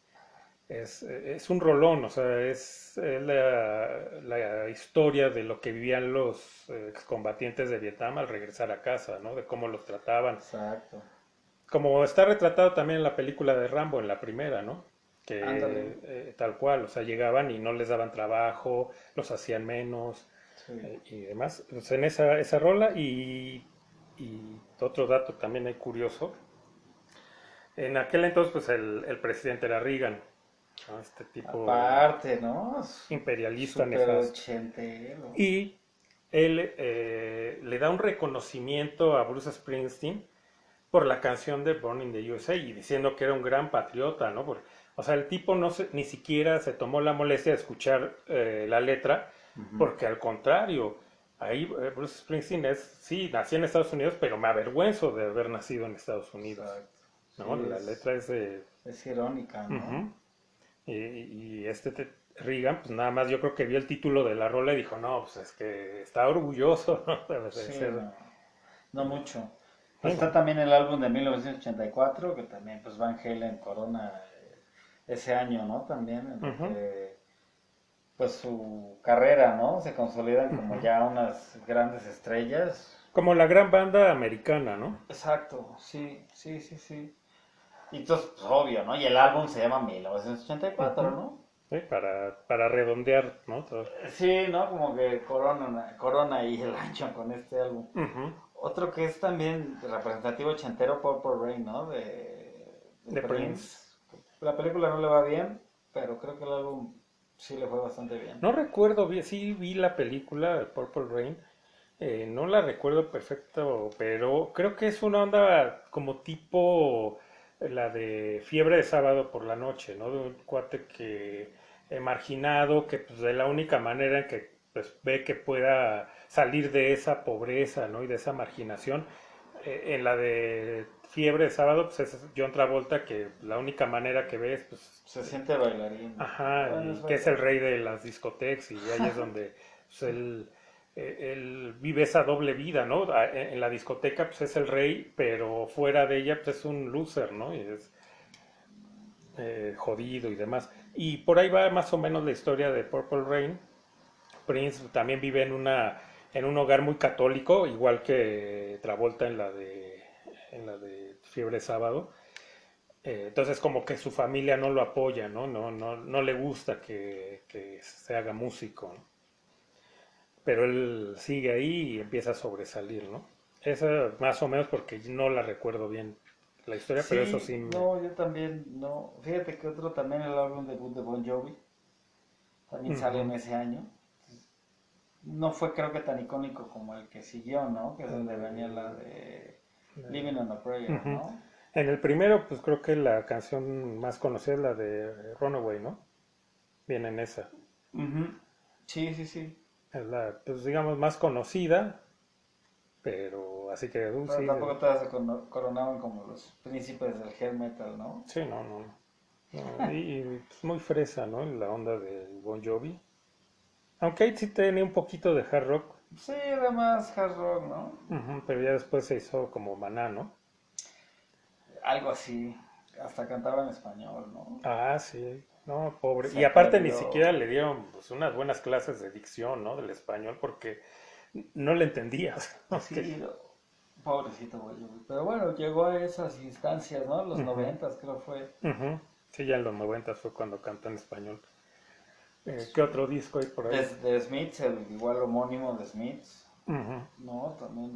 es un rolón, o sea, es la historia de lo que vivían los excombatientes de Vietnam al regresar a casa, ¿no? De cómo los trataban. Exacto. Como está retratado también en la película de Rambo, en la primera, ¿no? Ándale. Que tal cual, o sea, llegaban y no les daban trabajo, los hacían menos Sí. y demás. Pues en esa rola y otro dato también hay curioso. En aquel entonces, pues el presidente era Reagan, ¿no? Este tipo Aparte, ¿no? imperialista Súper nefasto. ochentero. Y él le da un reconocimiento a Bruce Springsteen por la canción de Born in the USA y diciendo que era un gran patriota, ¿no? O sea, el tipo ni siquiera se tomó la molestia de escuchar la letra, Ujú. porque al contrario, ahí Bruce Springsteen sí, nací en Estados Unidos, pero me avergüenzo de haber nacido en Estados Unidos, Exacto. Sí, ¿no? La letra es de... es irónica, ¿no? Ujú. y Reagan, pues nada más yo creo que vio el título de la rola y dijo, no, pues es que está orgulloso, ¿no? Debe de Sí, ser. no, no mucho. Pues está Bueno, también el álbum de 1984, que también pues Van Halen corona ese año, ¿no? También en el ujú, que pues su carrera, ¿no? Se consolidan como ujú. ya unas grandes estrellas. Como la gran banda americana, ¿no? Exacto, sí, sí, sí, sí. Y entonces, pues, obvio, ¿no? Y el álbum se llama 1984, Ujú. ¿no? Sí, para redondear, ¿no? Todo. Sí, ¿no? Como que corona ahí el año con este álbum. Ujú. Otro que es también representativo ochentero, Purple Rain, ¿no? De De Prince. Prince. La película no le va bien, pero creo que el álbum sí le fue bastante bien. No recuerdo bien, sí vi la película Purple Rain, no la recuerdo perfecto, pero creo que es una onda como tipo la de Fiebre de Sábado por la Noche, ¿no? De un cuate que marginado, que pues de la única manera en que pues, ve que pueda salir de esa pobreza, ¿no? Y de esa marginación, en la de Fiebre de Sábado, pues es John Travolta, que la única manera que ve es pues Se siente bailarín. ajá, Bueno, es y que es el bailarín. rey de las discotecas y ahí es donde pues, él vive esa doble vida, ¿no? En la discoteca pues es el rey, pero fuera de ella pues es un loser, ¿no? Y es jodido y demás. Y por ahí va más o menos la historia de Purple Rain. Prince también vive en un hogar muy católico, igual que Travolta en la de Fiebre Sábado. Entonces como que su familia no lo apoya, ¿no? No le gusta que se haga músico, ¿no? Pero él sigue ahí y empieza a sobresalir, ¿no? Esa más o menos porque no la recuerdo bien la historia, pero eso Sí, sí me... no, yo también, no. Fíjate que otro también, el álbum debut de Bon Jovi, también sale en Ujú. ese año. No fue creo que tan icónico como el que siguió, ¿no? Que es El donde venía la de- de Living de- on a Prayer, Ujú. ¿no? En el primero, pues creo que la canción más conocida es la de Runaway, ¿no? Viene en esa. Ujú. Sí, sí, sí. Es la, pues digamos, más conocida, pero así que, Pero sí, tampoco todas se coronaban como los príncipes del hair metal, ¿no? sí, no. No, pues, muy fresa, ¿no? La onda del Bon Jovi. Aunque ahí sí tenía un poquito de hard rock, Sí, era más hard rock, ¿no? ujú, pero ya después se hizo como Maná, ¿no? Algo así. Hasta cantaba en español, ¿no? Ah, sí, no, pobre. Se Y aparte ni siquiera perdió. le dieron pues, unas buenas clases de dicción, ¿no? Del español, porque no le entendías, ¿no? Sí, pobrecito Bon Jovi. Pero bueno, llegó a esas instancias, ¿no? Los Ujú, noventas creo fue. ujú. Sí, ya en los 90 fue cuando cantó en español. ¿Qué otro disco hay por ahí? De Smiths, el igual homónimo de Smiths, Ujú, ¿no? También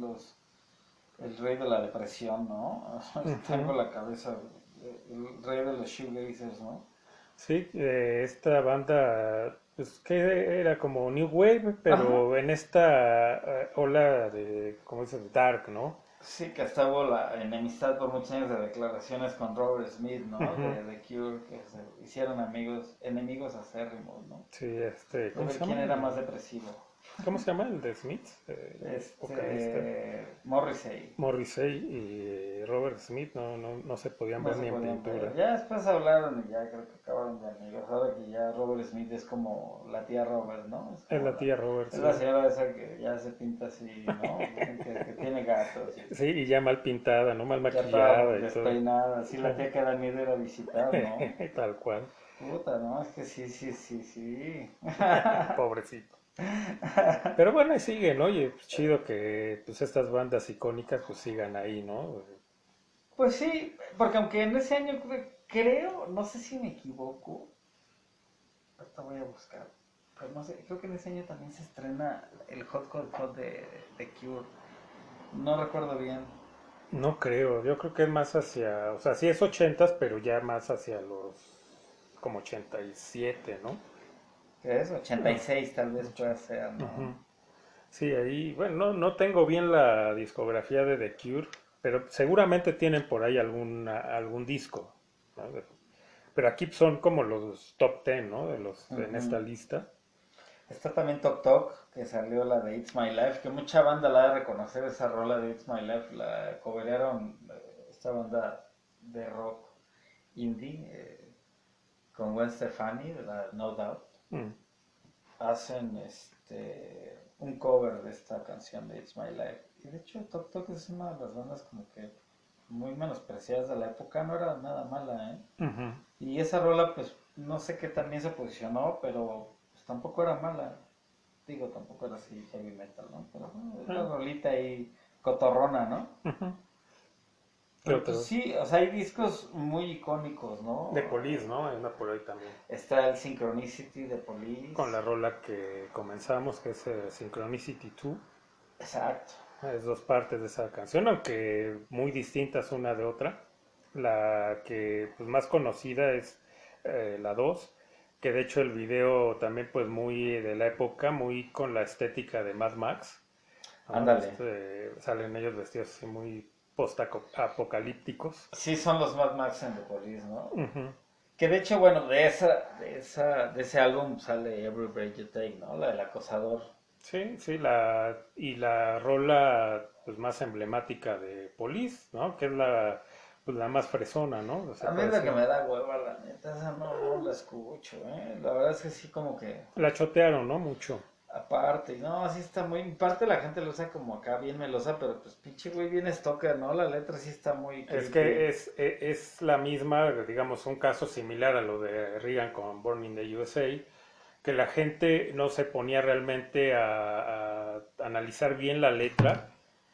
el rey de la depresión, ¿no? Tengo ujú. la cabeza, el rey de los shoegazers, ¿no? Sí, esta banda, pues que era como New Wave, Ajá. pero en esta ola de, ¿cómo dices? Dark, ¿no? Sí, que hasta hubo la enemistad por muchos años de declaraciones con Robert Smith, ¿no? Ujú. De Cure, que se hicieron enemigos acérrimos, ¿no? Sí, De ¿cómo ver se quién llama? era más depresivo. ¿Cómo se llama el de Smith? El vocalista. Morrissey. Morrissey y Robert Smith no se podían No ver se ni en podían pintura. ver. Ya después hablaron y ya creo que acabaron de amigos. Ahora que ya Robert Smith es como la tía Robert, ¿no? Es Es como la tía Robert, es la sí. señora esa que ya se pinta así, ¿no? Que tiene gatos y Sí, y ya mal pintada, ¿no? Mal ya toda maquillada y todo. despeinada. Así la tía que da miedo ir a visitar, ¿no? Tal cual. Puta, ¿no? Es que sí, sí, sí, sí. Pobrecito. Pero bueno, ahí siguen, ¿no? Oye, pues chido que pues estas bandas icónicas pues sigan ahí, ¿no? Pues sí, porque aunque en ese año creo, no sé si me equivoco, ahorita voy a buscar. Pero no sé, creo que en ese año también se estrena el Hot Hot Hot de Cure. No recuerdo bien. No creo, yo creo que es más hacia, o sea, sí es ochentas, pero ya más hacia los como 87, ¿no? ¿Qué es? ochenta y Ah, seis tal vez pueda 80. ser, ¿no? Ujú. Sí, ahí, bueno, no tengo bien la discografía de The Cure, pero seguramente tienen por ahí algún disco, ¿no? Pero aquí son como los top 10, ¿no? De los en esta Ujú. lista. Está también Tok Tok, que salió la de It's My Life, que mucha banda la ha de reconocer esa rola de It's My Life. La coverearon esta banda de rock indie. con Gwen Stefani, de la No Doubt, Mm, hacen un cover de esta canción de It's My Life. Y de hecho, Tok Tok es una de las bandas como que muy menospreciadas de la época, no era nada mala, ¿eh? ujú. Y esa rola, pues, no sé qué también se posicionó, pero pues, tampoco era mala. Digo, tampoco era así heavy metal, ¿no? Pero bueno, es la Ah, rolita ahí cotorrona, ¿no? ujú. ¿Qué Pero pues otro? sí, o sea, hay discos muy icónicos, De ¿no? Police, ¿no? Anda por ahí también. Está el Synchronicity de Con Police. la rola que comenzamos, que es Synchronicity 2. Exacto. Es dos partes de esa canción, aunque muy distintas una de otra. La que pues, más conocida es la 2, que de hecho el video también pues muy de la época, muy con la estética de Mad Max, ¿no? Ándale. Salen ellos vestidos así muy post-apocalípticos. Sí, son los Mad Max en The Police, ¿no? Ujú. Que de hecho, bueno, de ese álbum sale Every Breath You Take, ¿no? La del acosador. Sí, sí, y la rola pues más emblemática de Police, ¿no? Que es pues, la más fresona, ¿no? Se A mí puede es la que decir. me da hueva, la neta, esa no la escucho, ¿eh? La verdad es que sí, como que La chotearon, ¿no? Mucho. aparte, no, así está muy, parte la gente lo usa como acá bien melosa, pero pues pinche güey bien stalker, ¿no? La letra sí está muy Es que creepy. es la misma, digamos, un caso similar a lo de Reagan con Born in the USA, que la gente no se ponía realmente a analizar bien la letra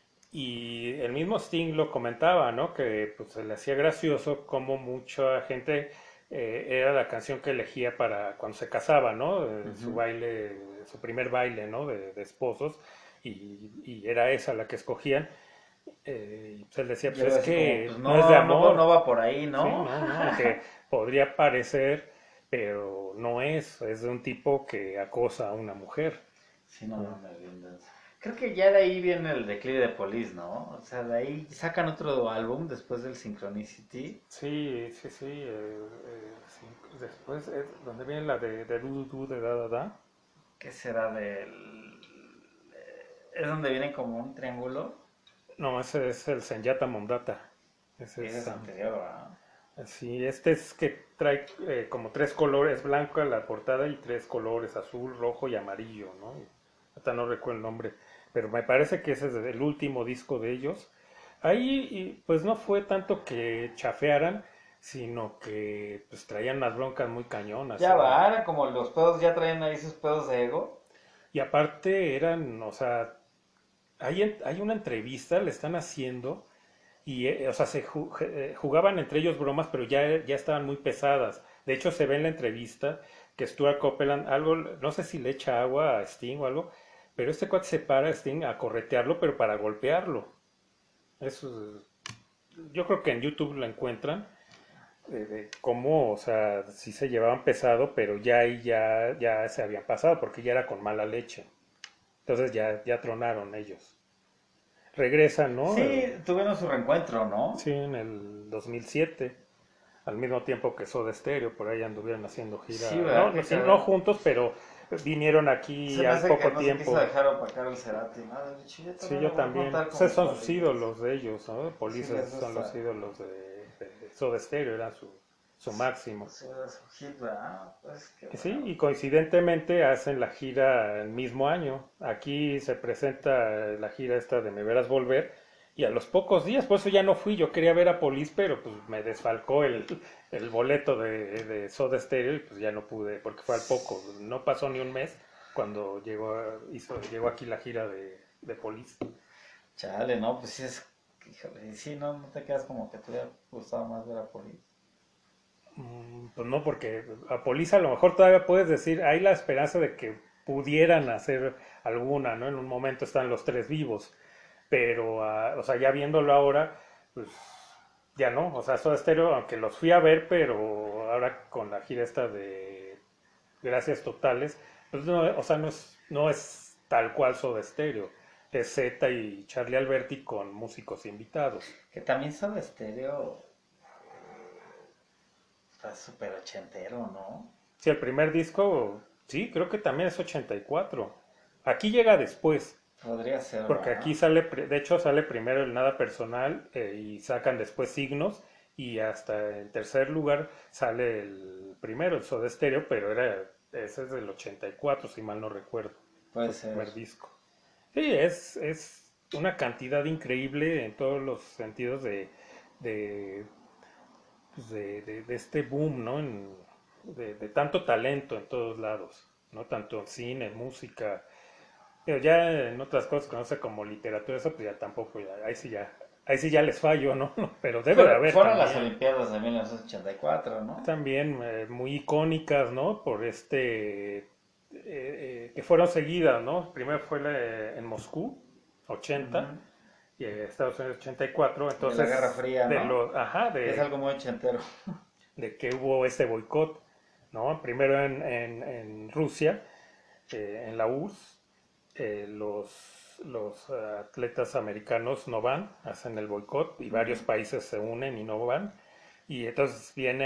y el mismo Sting lo comentaba, ¿no? Que pues, se le hacía gracioso como mucha gente era la canción que elegía para cuando se casaba, ¿no? Su Ujú. baile, su primer baile, ¿no? De esposos y era esa la que escogían. Y pues él decía, Y pues algo es así como, pues que no es de no amor, va por ahí, ¿sí? ¿no? No, no, aunque podría parecer, pero no es de un tipo que acosa a una mujer. Sí, no ¿No? mames, bien denso. Creo que ya de ahí viene el declive de Police, ¿no? O sea, de ahí sacan otro álbum después del Synchronicity. Sí, sí, sí, sí. Después, donde viene la de Du, Du, de Da, Da, Da. ¿Qué será del...? Es donde viene como un triángulo. No, ese es el Senyata Mondata. Ese Ese es, es anterior, ¿verdad? sí, este es que trae como tres colores, blanca la portada y tres colores, azul, rojo y amarillo, ¿no? Hasta no recuerdo el nombre, pero me parece que ese es el último disco de ellos. Ahí, pues no fue tanto que chafearan, sino que pues traían unas broncas muy cañonas. Ya va, era como los pedos ya traen ahí sus pedos de ego. Y aparte eran, o sea, hay una entrevista, le están haciendo, y, o sea, jugaban entre ellos bromas, pero ya estaban muy pesadas. De hecho, se ve en la entrevista que Stuart Copeland, algo, no sé si le echa agua a Sting o algo, pero este cuate se para a Sting a corretearlo, pero para golpearlo. Eso, yo creo que en YouTube lo encuentran, de cómo, o sea, sí se llevaban pesado, pero ya ahí ya se habían pasado, porque ya era con mala leche. Entonces ya tronaron ellos. Regresan, ¿no? Sí, tuvieron su reencuentro, ¿no? Sí, en el 2007, al mismo tiempo que Soda Stereo, por ahí anduvieron haciendo Sí, gira, ¿verdad? no, Qué sí, no cagado. juntos, pero vinieron Se aquí me al hace que poco no se quiso tiempo. dejar opacar el Cerati, ¿no? De hecho, yo Sí, también lo yo voy a también. contar Pues como esos son sus cuadritos. ídolos de ellos, ¿no? Sí, Police les son los gusta. ídolos de Soda Stereo, era su máximo. Sí, era su hit, ¿verdad? Pues qué Y sí, bueno. y coincidentemente hacen la gira el mismo año. Aquí se presenta la gira esta de Me Verás Volver. Y a los pocos días, por eso ya no fui. Yo quería ver a Police, pero pues me desfalcó el boleto de Soda Stereo y pues ya no pude, porque fue al poco. No pasó ni un mes cuando llegó aquí la gira de Police. Chale, no, pues sí es. Híjole, y sí, no te quedas como que te hubiera gustado más ver a Police. Pues no, porque a Police a lo mejor todavía puedes decir, hay la esperanza de que pudieran hacer alguna, ¿no? En un momento están los tres vivos, pero, o sea, ya viéndolo ahora, pues ya no, o sea, Soda Stereo, aunque los fui a ver, pero ahora con la gira esta de Gracias Totales, pues no, o sea, no es tal cual Soda Stereo, es Z y Charlie Alberti con músicos invitados. Que también Soda Stereo está súper ochentero, ¿no? Sí, el primer disco, sí, creo que también es 84. Aquí llega después, Podría ser, porque aquí ¿verdad? sale, de hecho sale primero el Nada Personal y sacan después Signos y hasta en tercer lugar sale primero, el Soda Stereo, pero ese es del 84, si mal no recuerdo, Puede su ser. primer disco. Sí, es una cantidad increíble en todos los sentidos de, pues, de este boom, ¿no? De tanto talento en todos lados, ¿no? Tanto en cine, música, pero ya en otras cosas que no sé como literatura, eso pues ya tampoco, ahí sí ya les fallo, ¿no? Pero debe de haber Fueron las también, Olimpiadas de 1984, ¿no? también muy icónicas, ¿no? Por que fueron seguidas, ¿no? Primero fue en Moscú, 80, Ujú. y Estados Unidos 84, De la Guerra entonces Fría, ¿no? Que es de algo muy ochentero. que hubo este boicot, ¿no? Primero en Rusia, en la URSS, los atletas americanos no van, hacen el boicot y varios Ujú. países se unen y no van. Y entonces viene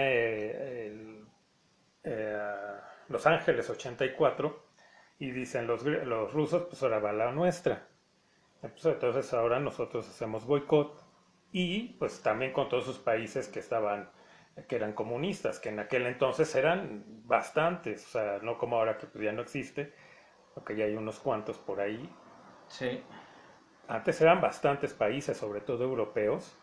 Los Ángeles 84 y dicen los rusos, pues ahora va la nuestra. Pues, entonces ahora nosotros hacemos boicot y pues también con todos sus países que eran comunistas, que en aquel entonces eran bastantes, o sea, no como ahora que pues, ya no existe, porque ya hay unos cuantos por ahí. Sí. Antes eran bastantes países, sobre todo europeos,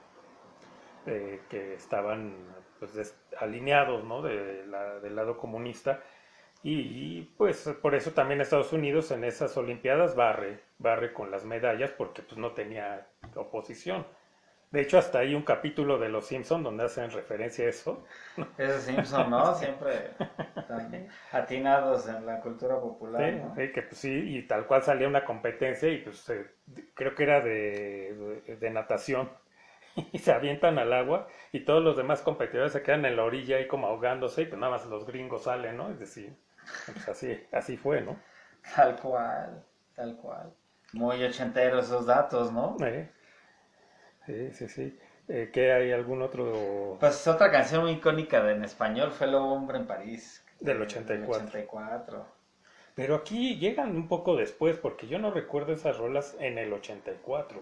que estaban pues, alineados, ¿no? Del lado comunista y pues por eso también Estados Unidos en esas Olimpiadas barre con las medallas porque pues no tenía oposición. De hecho, hasta hay un capítulo de Los Simpson donde hacen referencia a eso. Esos Simpson, ¿no? Siempre tan atinados en la cultura Sí, popular, ¿no? sí, que pues sí, y tal cual salía una competencia y pues creo que era de natación y se avientan al agua y todos los demás competidores se quedan en la orilla ahí como ahogándose y pues nada más los gringos salen, ¿no? Es decir, pues así fue, ¿no? Tal cual, tal cual. Muy ochenteros esos datos, ¿no? Eh, Sí, sí, sí. ¿Qué hay algún otro Pues otra canción muy icónica en español fue Lobo Hombre en París, del ochenta y del cuatro 84. Pero aquí llegan un poco después, porque yo no recuerdo esas rolas en el 84.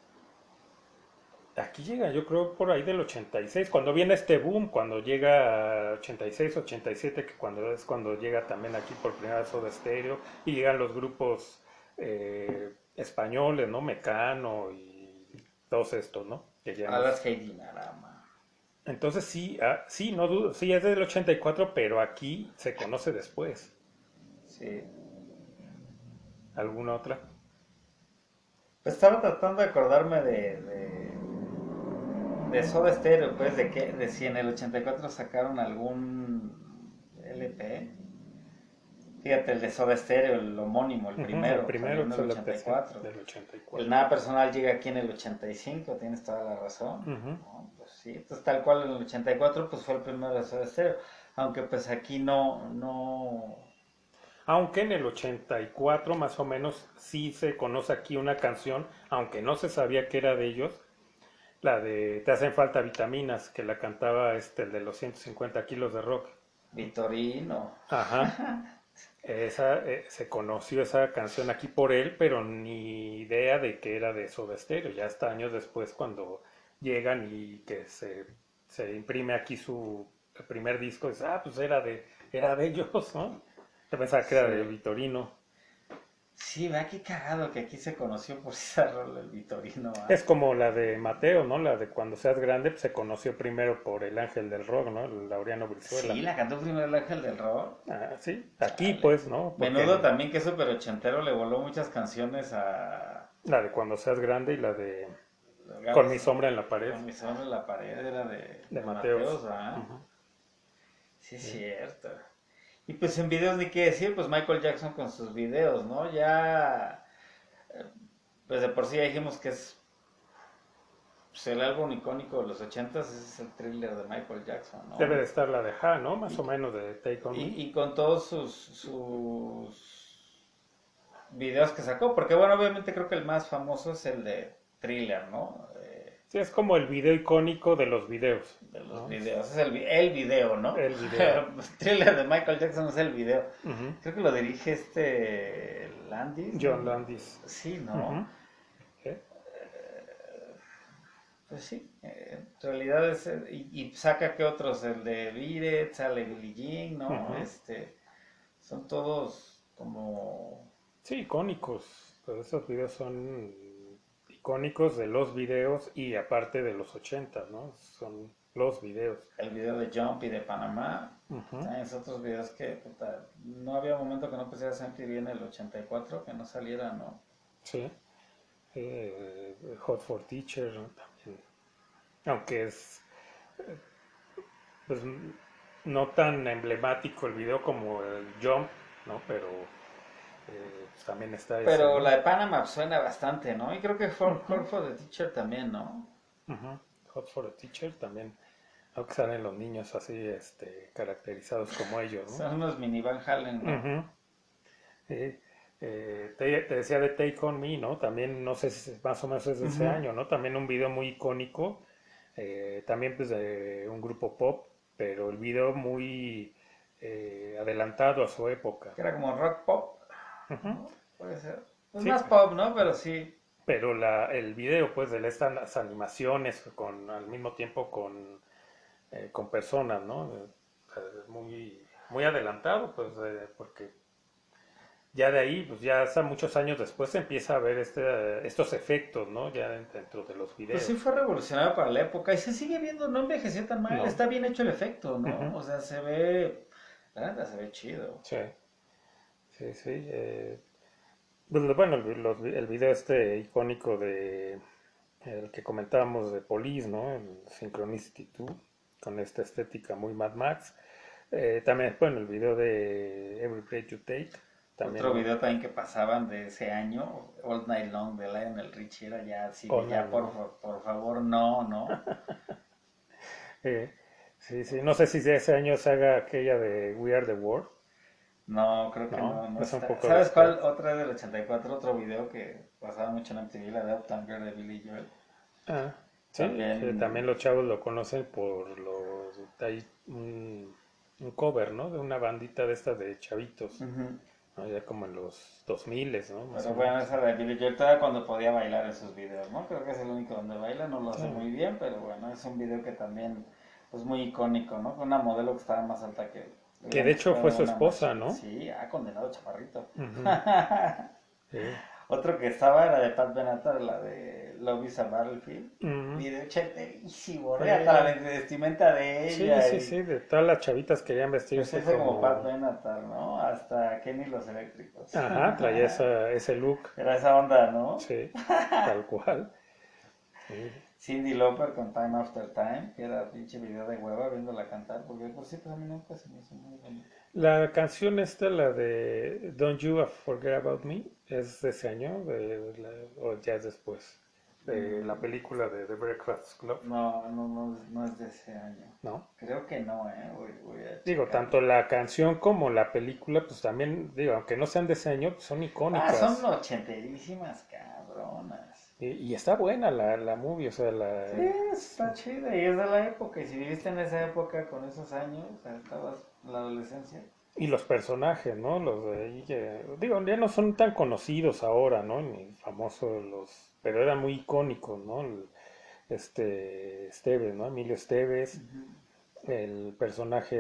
Aquí llega, yo creo, por ahí del 86 cuando viene este boom, cuando llega 86, 87, que es cuando llega también aquí por primera vez Soda Stereo, y llegan los grupos españoles, ¿no? Mecano y todos estos, ¿no? Que ya Alaska y Dinarama. Entonces sí, sí, no dudo, sí es del 84 pero aquí se conoce después. Sí. ¿Alguna otra? Pues estaba tratando de acordarme de Soda Stereo, pues, de si en el 84 sacaron algún LP. Fíjate, el de Soda Stereo, el homónimo, el Ujú, el primero, salió primero en pues, el es la 84. del ochenta y El cuatro nada personal llega aquí en el 85, tienes toda la razón. Ujú. ¿No? Pues sí, entonces tal cual en el 84 pues fue el primero de Soda Stereo. Aunque pues aquí no. Aunque en el 84 más o menos sí se conoce aquí una canción, aunque no se sabía que era de ellos, la de Te hacen falta vitaminas, que la cantaba el de los 150 kilos de rock. Vitorino. Ajá. Se conoció esa canción aquí por él, pero ni idea de que era de Soda Stereo. Ya hasta años después cuando llegan y que se imprime aquí su primer disco, dice, pues era de ellos, ¿no? Yo pensaba que era de Sí. Vitorino. Sí, vea qué cagado que aquí se conoció por esa rola el Vitorino, ¿ah? Es como la de Mateo, ¿no? La de Cuando seas grande, pues, se conoció primero por el ángel del rock, ¿no? El Laureano Brizuela. Sí, la cantó primero el Ángel del Rock. Ah, sí, aquí Chale. pues, ¿no? Porque Menudo también que es súper ochentero le voló muchas canciones a la de Cuando seas grande y la de Con mi Gatos sombra en la pared. con mi sombra en la pared era De de Mateos. Mateos, ¿verdad? Ujú, Sí, es sí. cierto. Y pues en videos ni qué decir, pues Michael Jackson con sus videos, ¿no? Ya, pues de por sí ya dijimos que es pues, el álbum icónico de los ochentas, ese es el thriller de Michael Jackson, ¿no? Debe de estar la de Ja, ¿no? Más o Y, menos de Take On Me. y con todos sus videos que sacó, porque bueno, obviamente creo que el más famoso es el de Thriller, ¿no? Sí, es como el video icónico de los videos, De los ¿no? videos, es el video, ¿no? El video. Thriller de Michael Jackson es el video. Ujú. Creo que lo dirige Landis, ¿no? John Landis. Sí, Ujú. ¿no? ¿Eh? Pues sí, en realidad es, y saca que otros, el de Beat It, sale Billie Jean, ¿no? Ujú. Son todos como, Sí, icónicos. Todos esos videos son icónicos de los videos y aparte de los 80, ¿no? Son los videos. el video de Jump y de Panamá, Ujú. también son otros videos que, puta, no había momento que no pusieras MTV en el 84 que no saliera, ¿no? Sí. Hot for Teacher, ¿no? También. Aunque es pues, no tan emblemático el video como el Jump, ¿no? Pero pues, también está ese, Pero ¿no? la de Panamá suena bastante, ¿no? Y creo que Ujú, Hurt for the Teacher también, ¿no? ujú. Hot for a Teacher también. Aunque salen los niños así, caracterizados como ellos, ¿no? Son unos mini Van Halen, ¿no? Ujú. Eh, te decía de Take On Me, ¿no? También, no sé si más o menos es de ese Ujú. año, ¿no? También un video muy icónico, también pues de un grupo pop, pero el video muy adelantado a su época. Que era como rock pop, Ujú. ¿no? Puede ser. Es Sí, más pop, ¿no? Pero sí. pero el video pues de estas animaciones con al mismo tiempo con personas, ¿no? Muy, muy adelantado, pues, porque ya de ahí, pues ya hasta muchos años después se empieza a ver estos efectos, ¿no? Ya dentro de los Pues sí videos, fue revolucionario para la época y se sigue viendo, no envejeció tan mal, ¿no? está bien hecho el efecto, ¿no? Ujú. O sea, se ve, la neta se ve chido. Sí, sí, sí. Pues, bueno, el video icónico de el que comentábamos de Police, ¿no? El Synchronicity 2, con esta estética muy Mad Max. También, bueno, el video de Every Breath You Take, también Otro video también que pasaban de ese año, All Night Long de Lionel Richie, era ya así de ya, online, ¿no? por favor, no, ¿no? Sí, sí, no sé si de ese año se haga aquella de We Are the World, No, creo que ¿no? no, no Es un está. poco ¿Sabes después. cuál otra es del 84? Otro video que pasaba mucho en MTV, la de Uptown Girl de Billy Joel. Ah, sí, que también También, los chavos lo conocen por hay un cover, ¿no? De una bandita de estas de chavitos, ujú. ¿no? Ya como en los 2000, ¿no? Más o Pero bueno, menos. esa de Billy Joel todavía cuando podía bailar en sus videos, ¿no? Creo que es el único donde baila, no lo Sí. hace muy bien, pero bueno, es un video que también pues muy icónico, ¿no? Con una modelo que estaba más alta que él. Que de Digamos que hecho fue fue su una más esposa, chiquita. ¿no? Sí, ha condenado chaparrito. Ujú. Sí. Otro que estaba era de Pat Benatar, la de Love is a Battlefield. Ujú. Video chéverísimo, ¿no? Y hasta la Sí, vestimenta de sí, ella sí, y sí, de todas las chavitas querían vestirse vestirse como Pat como... Benatar, ¿no? Hasta Kenny los Eléctricos. Ajá, traía ese look, Era esa onda, ¿no? sí, tal cual. Sí. Cindy Lauper con Time After Time, que era pinche video de hueva viéndola cantar, porque por sí, pues a mí nunca se me hizo muy bonito. La canción esta, la de Don't You Forget About Me, es de ese año, o ya es después, de la Mm, película de The Breakfast Club, no, no, no, no es de ese año. ¿no? Creo que no, voy a Digo, tanto checarlo. la canción como la película, pues también, digo, aunque no sean de ese año, pues son Ah, son icónicas. ochenterísimas cabronas. Y está buena la movie, o sea, Sí, está chida y es de la época. Y si viviste en esa época con esos años, o sea, estabas en la adolescencia. y los personajes, ¿no? Los de ahí, digo, ya no son tan conocidos ahora, ¿no? Ni famosos pero eran muy icónicos, ¿no? Esteves, ¿no? Emilio Esteves, Ujú. el personaje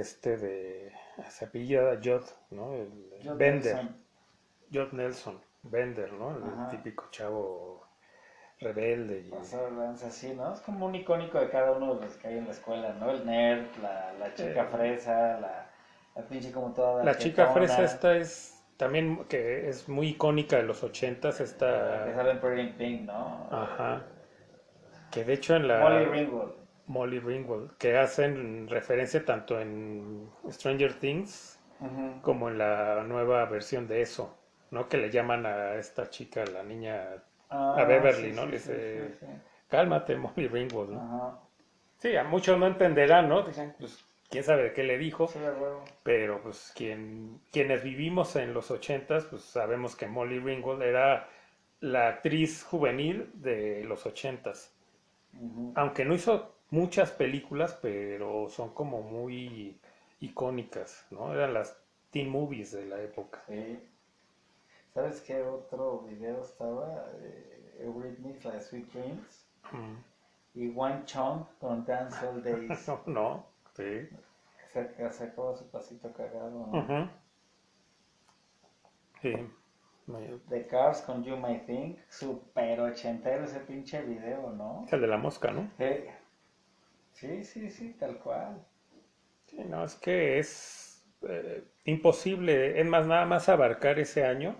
se apellida Judd, ¿no? El John Bender, Nelson. Judd Nelson, Bender, ¿no? El Ajá. típico chavo rebelde Pasó de lanza así, ¿no? Es como un icónico de cada uno de los que hay en la escuela, ¿no? El nerd, la chica eh, fresa, la pinche como toda la chica fresa jetona, esta es también que es muy icónica de los 80s, la que esta, sale en Pretty in Pink, ¿no? ajá, que de hecho en Molly la Ringwald. Molly Ringwald, que hacen referencia tanto en Stranger Things Ujú. como en la nueva versión de eso, ¿no? Que le llaman a esta chica, la niña, a Ah, Beverly, sí, ¿no? sí, Le sí, sí, dice, sí. cálmate, Molly Ringwald, ¿no? Ajá. Sí, a muchos no entenderán, ¿no? Dicen, pues, quién sabe de qué le dijo, Sí, de huevo. pero pues quienes vivimos en los 80s, pues sabemos que Molly Ringwald era la actriz juvenil de los 80s. Ujú. Aunque no hizo muchas películas, pero son como muy icónicas, ¿no? Eran las teen movies de la época. Sí. ¿Sabes qué otro video estaba? Eurythmics, la de Sweet Dreams. Mm. Y One Chong con Dance All Days. No, no, sí. Que sacó su pasito cagado, ¿no? Ujú, sí. Me- The Cars con You Might Think. Super ochentero ese pinche video, ¿no? Es el de la mosca, ¿no? Sí, sí, sí, sí, tal cual. Sí, no, es que es imposible, es más, nada más abarcar ese año,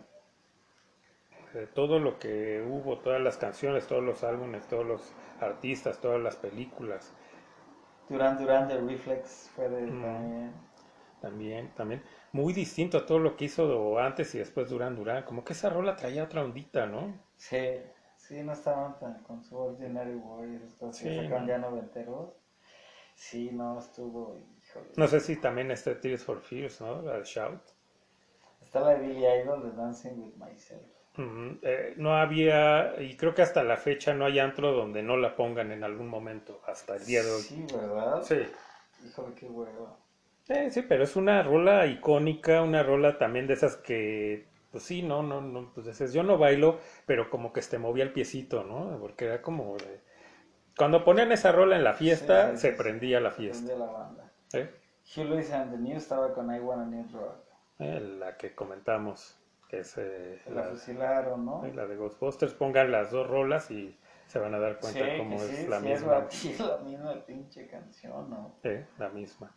todo lo que hubo, todas las canciones, todos los álbumes, todos los artistas, todas las películas. Duran Duran de Reflex fue Mm, también. también, muy distinto a todo lo que hizo antes y después Duran Duran, como que esa rola traía otra ondita, ¿no? Sí, sí, no estaban tan con su Ordinary Warriors, estos que Sí, sacaron no. ya noventeros. Sí, no, estuvo, híjole. No sé si también este Tears for Fears, ¿no? La de Shout. Está la de Billy Idol de Dancing with Myself. No había, y creo que hasta la fecha no hay antro donde no la pongan en algún momento, hasta el día de hoy. Sí, ¿verdad? Sí, Híjole, qué huevo. sí, pero es una rola icónica, una rola también de esas que, pues sí, no, pues dices, yo no bailo, pero como que se te movía el piecito, ¿no? Porque era como cuando ponían esa rola en la Sí, fiesta, sí, se sí, sí. prendía la Se fiesta. prendió la banda. ¿Eh? Hugh Lewis and the News estaba con I Want a New Drug. La que comentamos, que es Se la fusilaron, ¿no? la de Ghostbusters, pongan las dos rolas y se van a dar Sí, cuenta que cómo es sí, la sí es misma, la misma pinche canción, ¿no? la misma.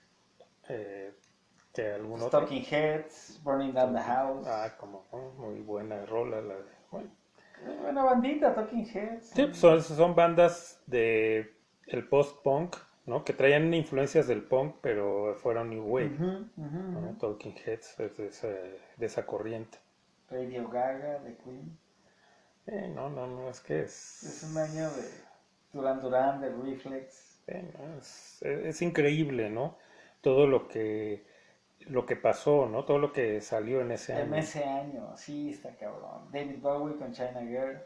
Eh, que algún Pues otro. Talking Heads, Burning Down the House. Como muy buena rola la de, bueno. Buena bandita, Talking Heads. Sí, pues son bandas de el post-punk, ¿no? Que traían influencias del punk, pero fueron New Wave, Ujú, ujú, ujú. ¿no? Talking Heads es de esa corriente. Radio Gaga de Queen. No, es que Es un año de Duran Duran, de Reflex. no, es increíble, ¿no? Todo lo que pasó, ¿no? Todo lo que salió en ese En año. ese año, sí, está cabrón. David Bowie con China Girl.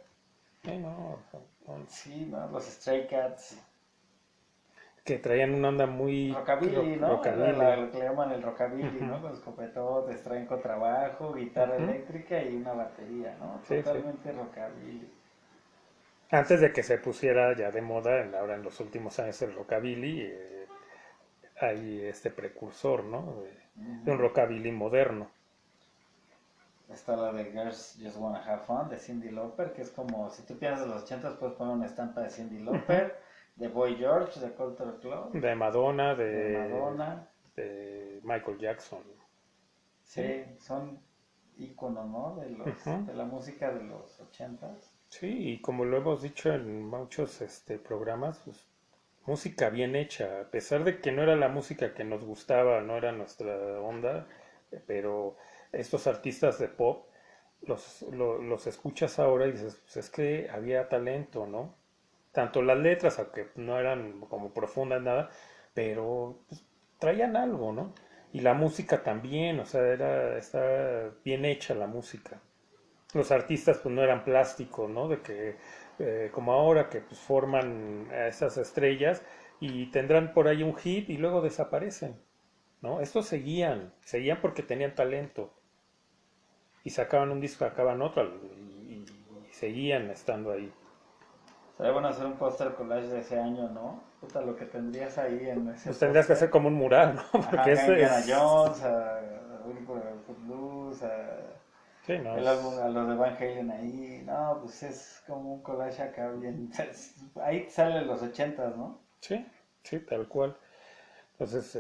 No, Sí, ¿no? Los Stray Cats. que traían una onda muy Rockabilly, ¿no? Era rockabilly. lo que le llaman el rockabilly, Ujú, ¿no? Los escopetotes, traen contrabajo, guitarra ujú. eléctrica y una batería, ¿no? Sí, sí. Totalmente rockabilly. Antes de que se pusiera ya de moda, ahora en los últimos años el rockabilly, hay este precursor, ¿no? De un Ujú. rockabilly moderno. Está la de Girls Just Wanna Have Fun de Cyndi Lauper, que es como si tú piensas los 80 puedes poner una estampa de Cyndi Ujú. Lauper, de Boy George, de Culture Club, De Madonna, de Madonna. de Michael Jackson. Sí, Sí, son íconos, ¿no? ujú. De la música de los 80s. Sí, y como lo hemos dicho en muchos programas, pues, música bien hecha, a pesar de que no era la música que nos gustaba, no era nuestra onda, pero estos artistas de pop los escuchas ahora y dices, pues es que había talento, ¿no? Tanto las letras, aunque no eran como profundas nada, pero pues, traían algo, ¿no? Y la música también, o sea, está bien hecha la música. Los artistas pues no eran plásticos, ¿no? De que como ahora que pues forman a esas estrellas y tendrán por ahí un hit y luego desaparecen, ¿no? Estos seguían porque tenían talento y sacaban un disco, sacaban otro y seguían estando ahí. Sería bueno hacer un póster collage de ese año, ¿no? Puta, lo que tendrías ahí en ese Pues tendrías que hacer póster. como un mural, ¿no? Ajá, Porque acá Indiana es Jones, a Willy Footloose, sí, no, el álbum, a los de Van Halen ahí. No, pues es como un collage acá bien. Ahí salen los 80s, ¿no? sí, sí, tal cual. Entonces,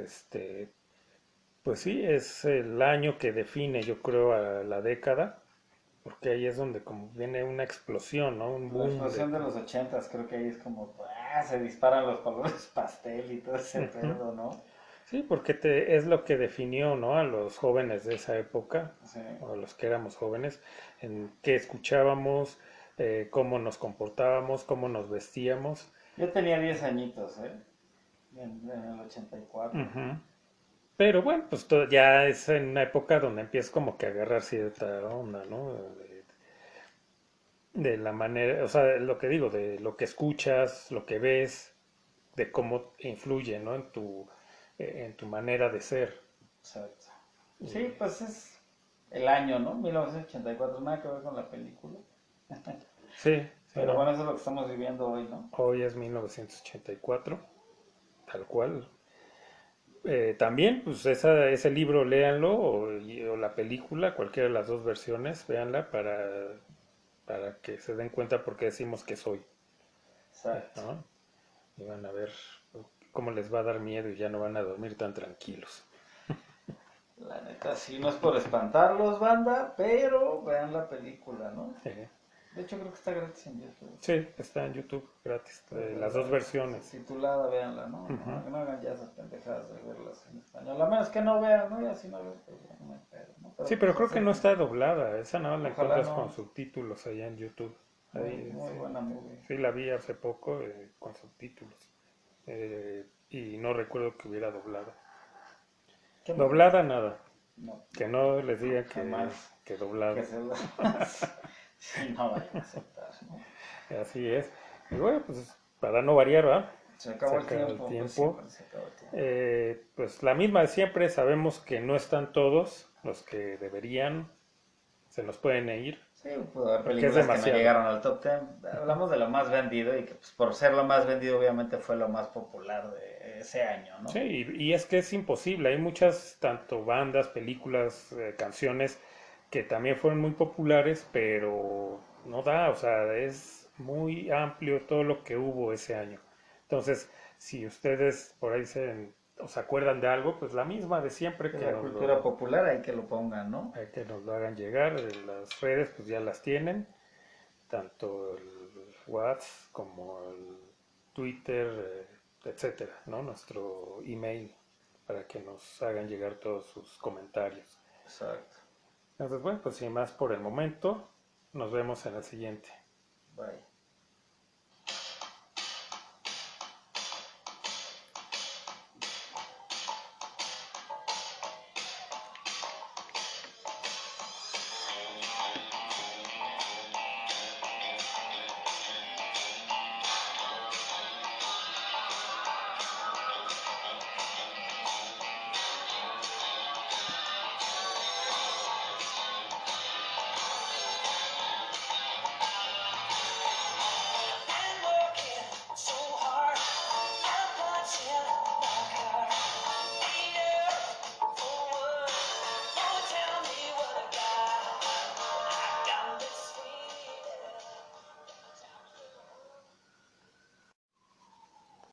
pues sí, es el año que define, yo creo, a la década, porque ahí es donde como viene una explosión, ¿no? Un La boom de... explosión de los 80s, creo que ahí es como, se disparan los colores pastel y todo ese Ujú. pedo, ¿no? Sí, porque es lo que definió, ¿no? A los jóvenes de esa época, Sí. o a los que éramos jóvenes, en qué escuchábamos, cómo nos comportábamos, cómo nos vestíamos. Yo tenía 10 añitos, ¿eh? En el 84. Ujú. Pero bueno, pues ya es en una época donde empiezas como que a agarrar cierta onda, ¿no? De la manera, o sea, lo que digo, de lo que escuchas, lo que ves, de cómo influye, ¿no? En tu manera de ser. Exacto. Sí, Y- pues es el año, ¿no? 1984, nada que ver con la película. sí, Sí, Pero no. bueno, eso es lo que estamos viviendo hoy, ¿no? Hoy es 1984, tal cual. También, pues ese libro léanlo o la película, cualquiera de las dos versiones, véanla para que se den cuenta por qué decimos que soy, Exacto. ¿no? Y van a ver cómo les va a dar miedo y ya no van a dormir tan tranquilos. La neta, sí, no es por espantarlos, banda, pero vean la película, ¿no? Eh, De hecho, creo que está gratis en YouTube. sí, está en YouTube gratis, Pues las dos versiones. subtitulada, véanla, ¿no? Ujú. No hagan ya esas pendejadas de verlas en español. A menos que no vean, ¿no? Y así no ven, pues ya no me pedo, ¿no? Sí, Pero pero pues creo que no acérquense. está doblada, esa nada más la Ojalá encuentras con no. subtítulos allá en YouTube. Muy, Ahí, muy sí, buena movie. sí la vi hace poco con subtítulos. Y no recuerdo que hubiera doblada. Qué mal. Doblada nada, No, que no les diga jamás que que doblada. se lo... sí, no vayan a aceptar, ¿no? Así es. Y bueno, pues para no variar, ¿verdad? Se Se acabó el acaba el tiempo, pues tiempo. siempre se acabó el tiempo. Pues la misma de siempre, sabemos que no están todos los que deberían, se nos pueden ir, Sí, pudo haber porque es películas que no demasiado. llegaron al top 10. Hablamos de lo más vendido y que pues, por ser lo más vendido obviamente fue lo más popular de ese año, Sí, ¿no? y es que es imposible. Hay muchas, tanto bandas, películas, canciones que también fueron muy populares, pero no da, o sea, es muy amplio todo lo que hubo ese año. Entonces, si ustedes por ahí os acuerdan de algo, pues la misma de siempre De la cultura lo, popular hay que lo pongan, ¿no? que nos lo hagan llegar. Las redes pues ya las tienen, tanto el WhatsApp como el Twitter, etcétera, ¿no? Nuestro email para que nos hagan llegar todos sus comentarios. Exacto. Entonces, bueno, pues sin más por el momento, nos vemos en el siguiente. Bye.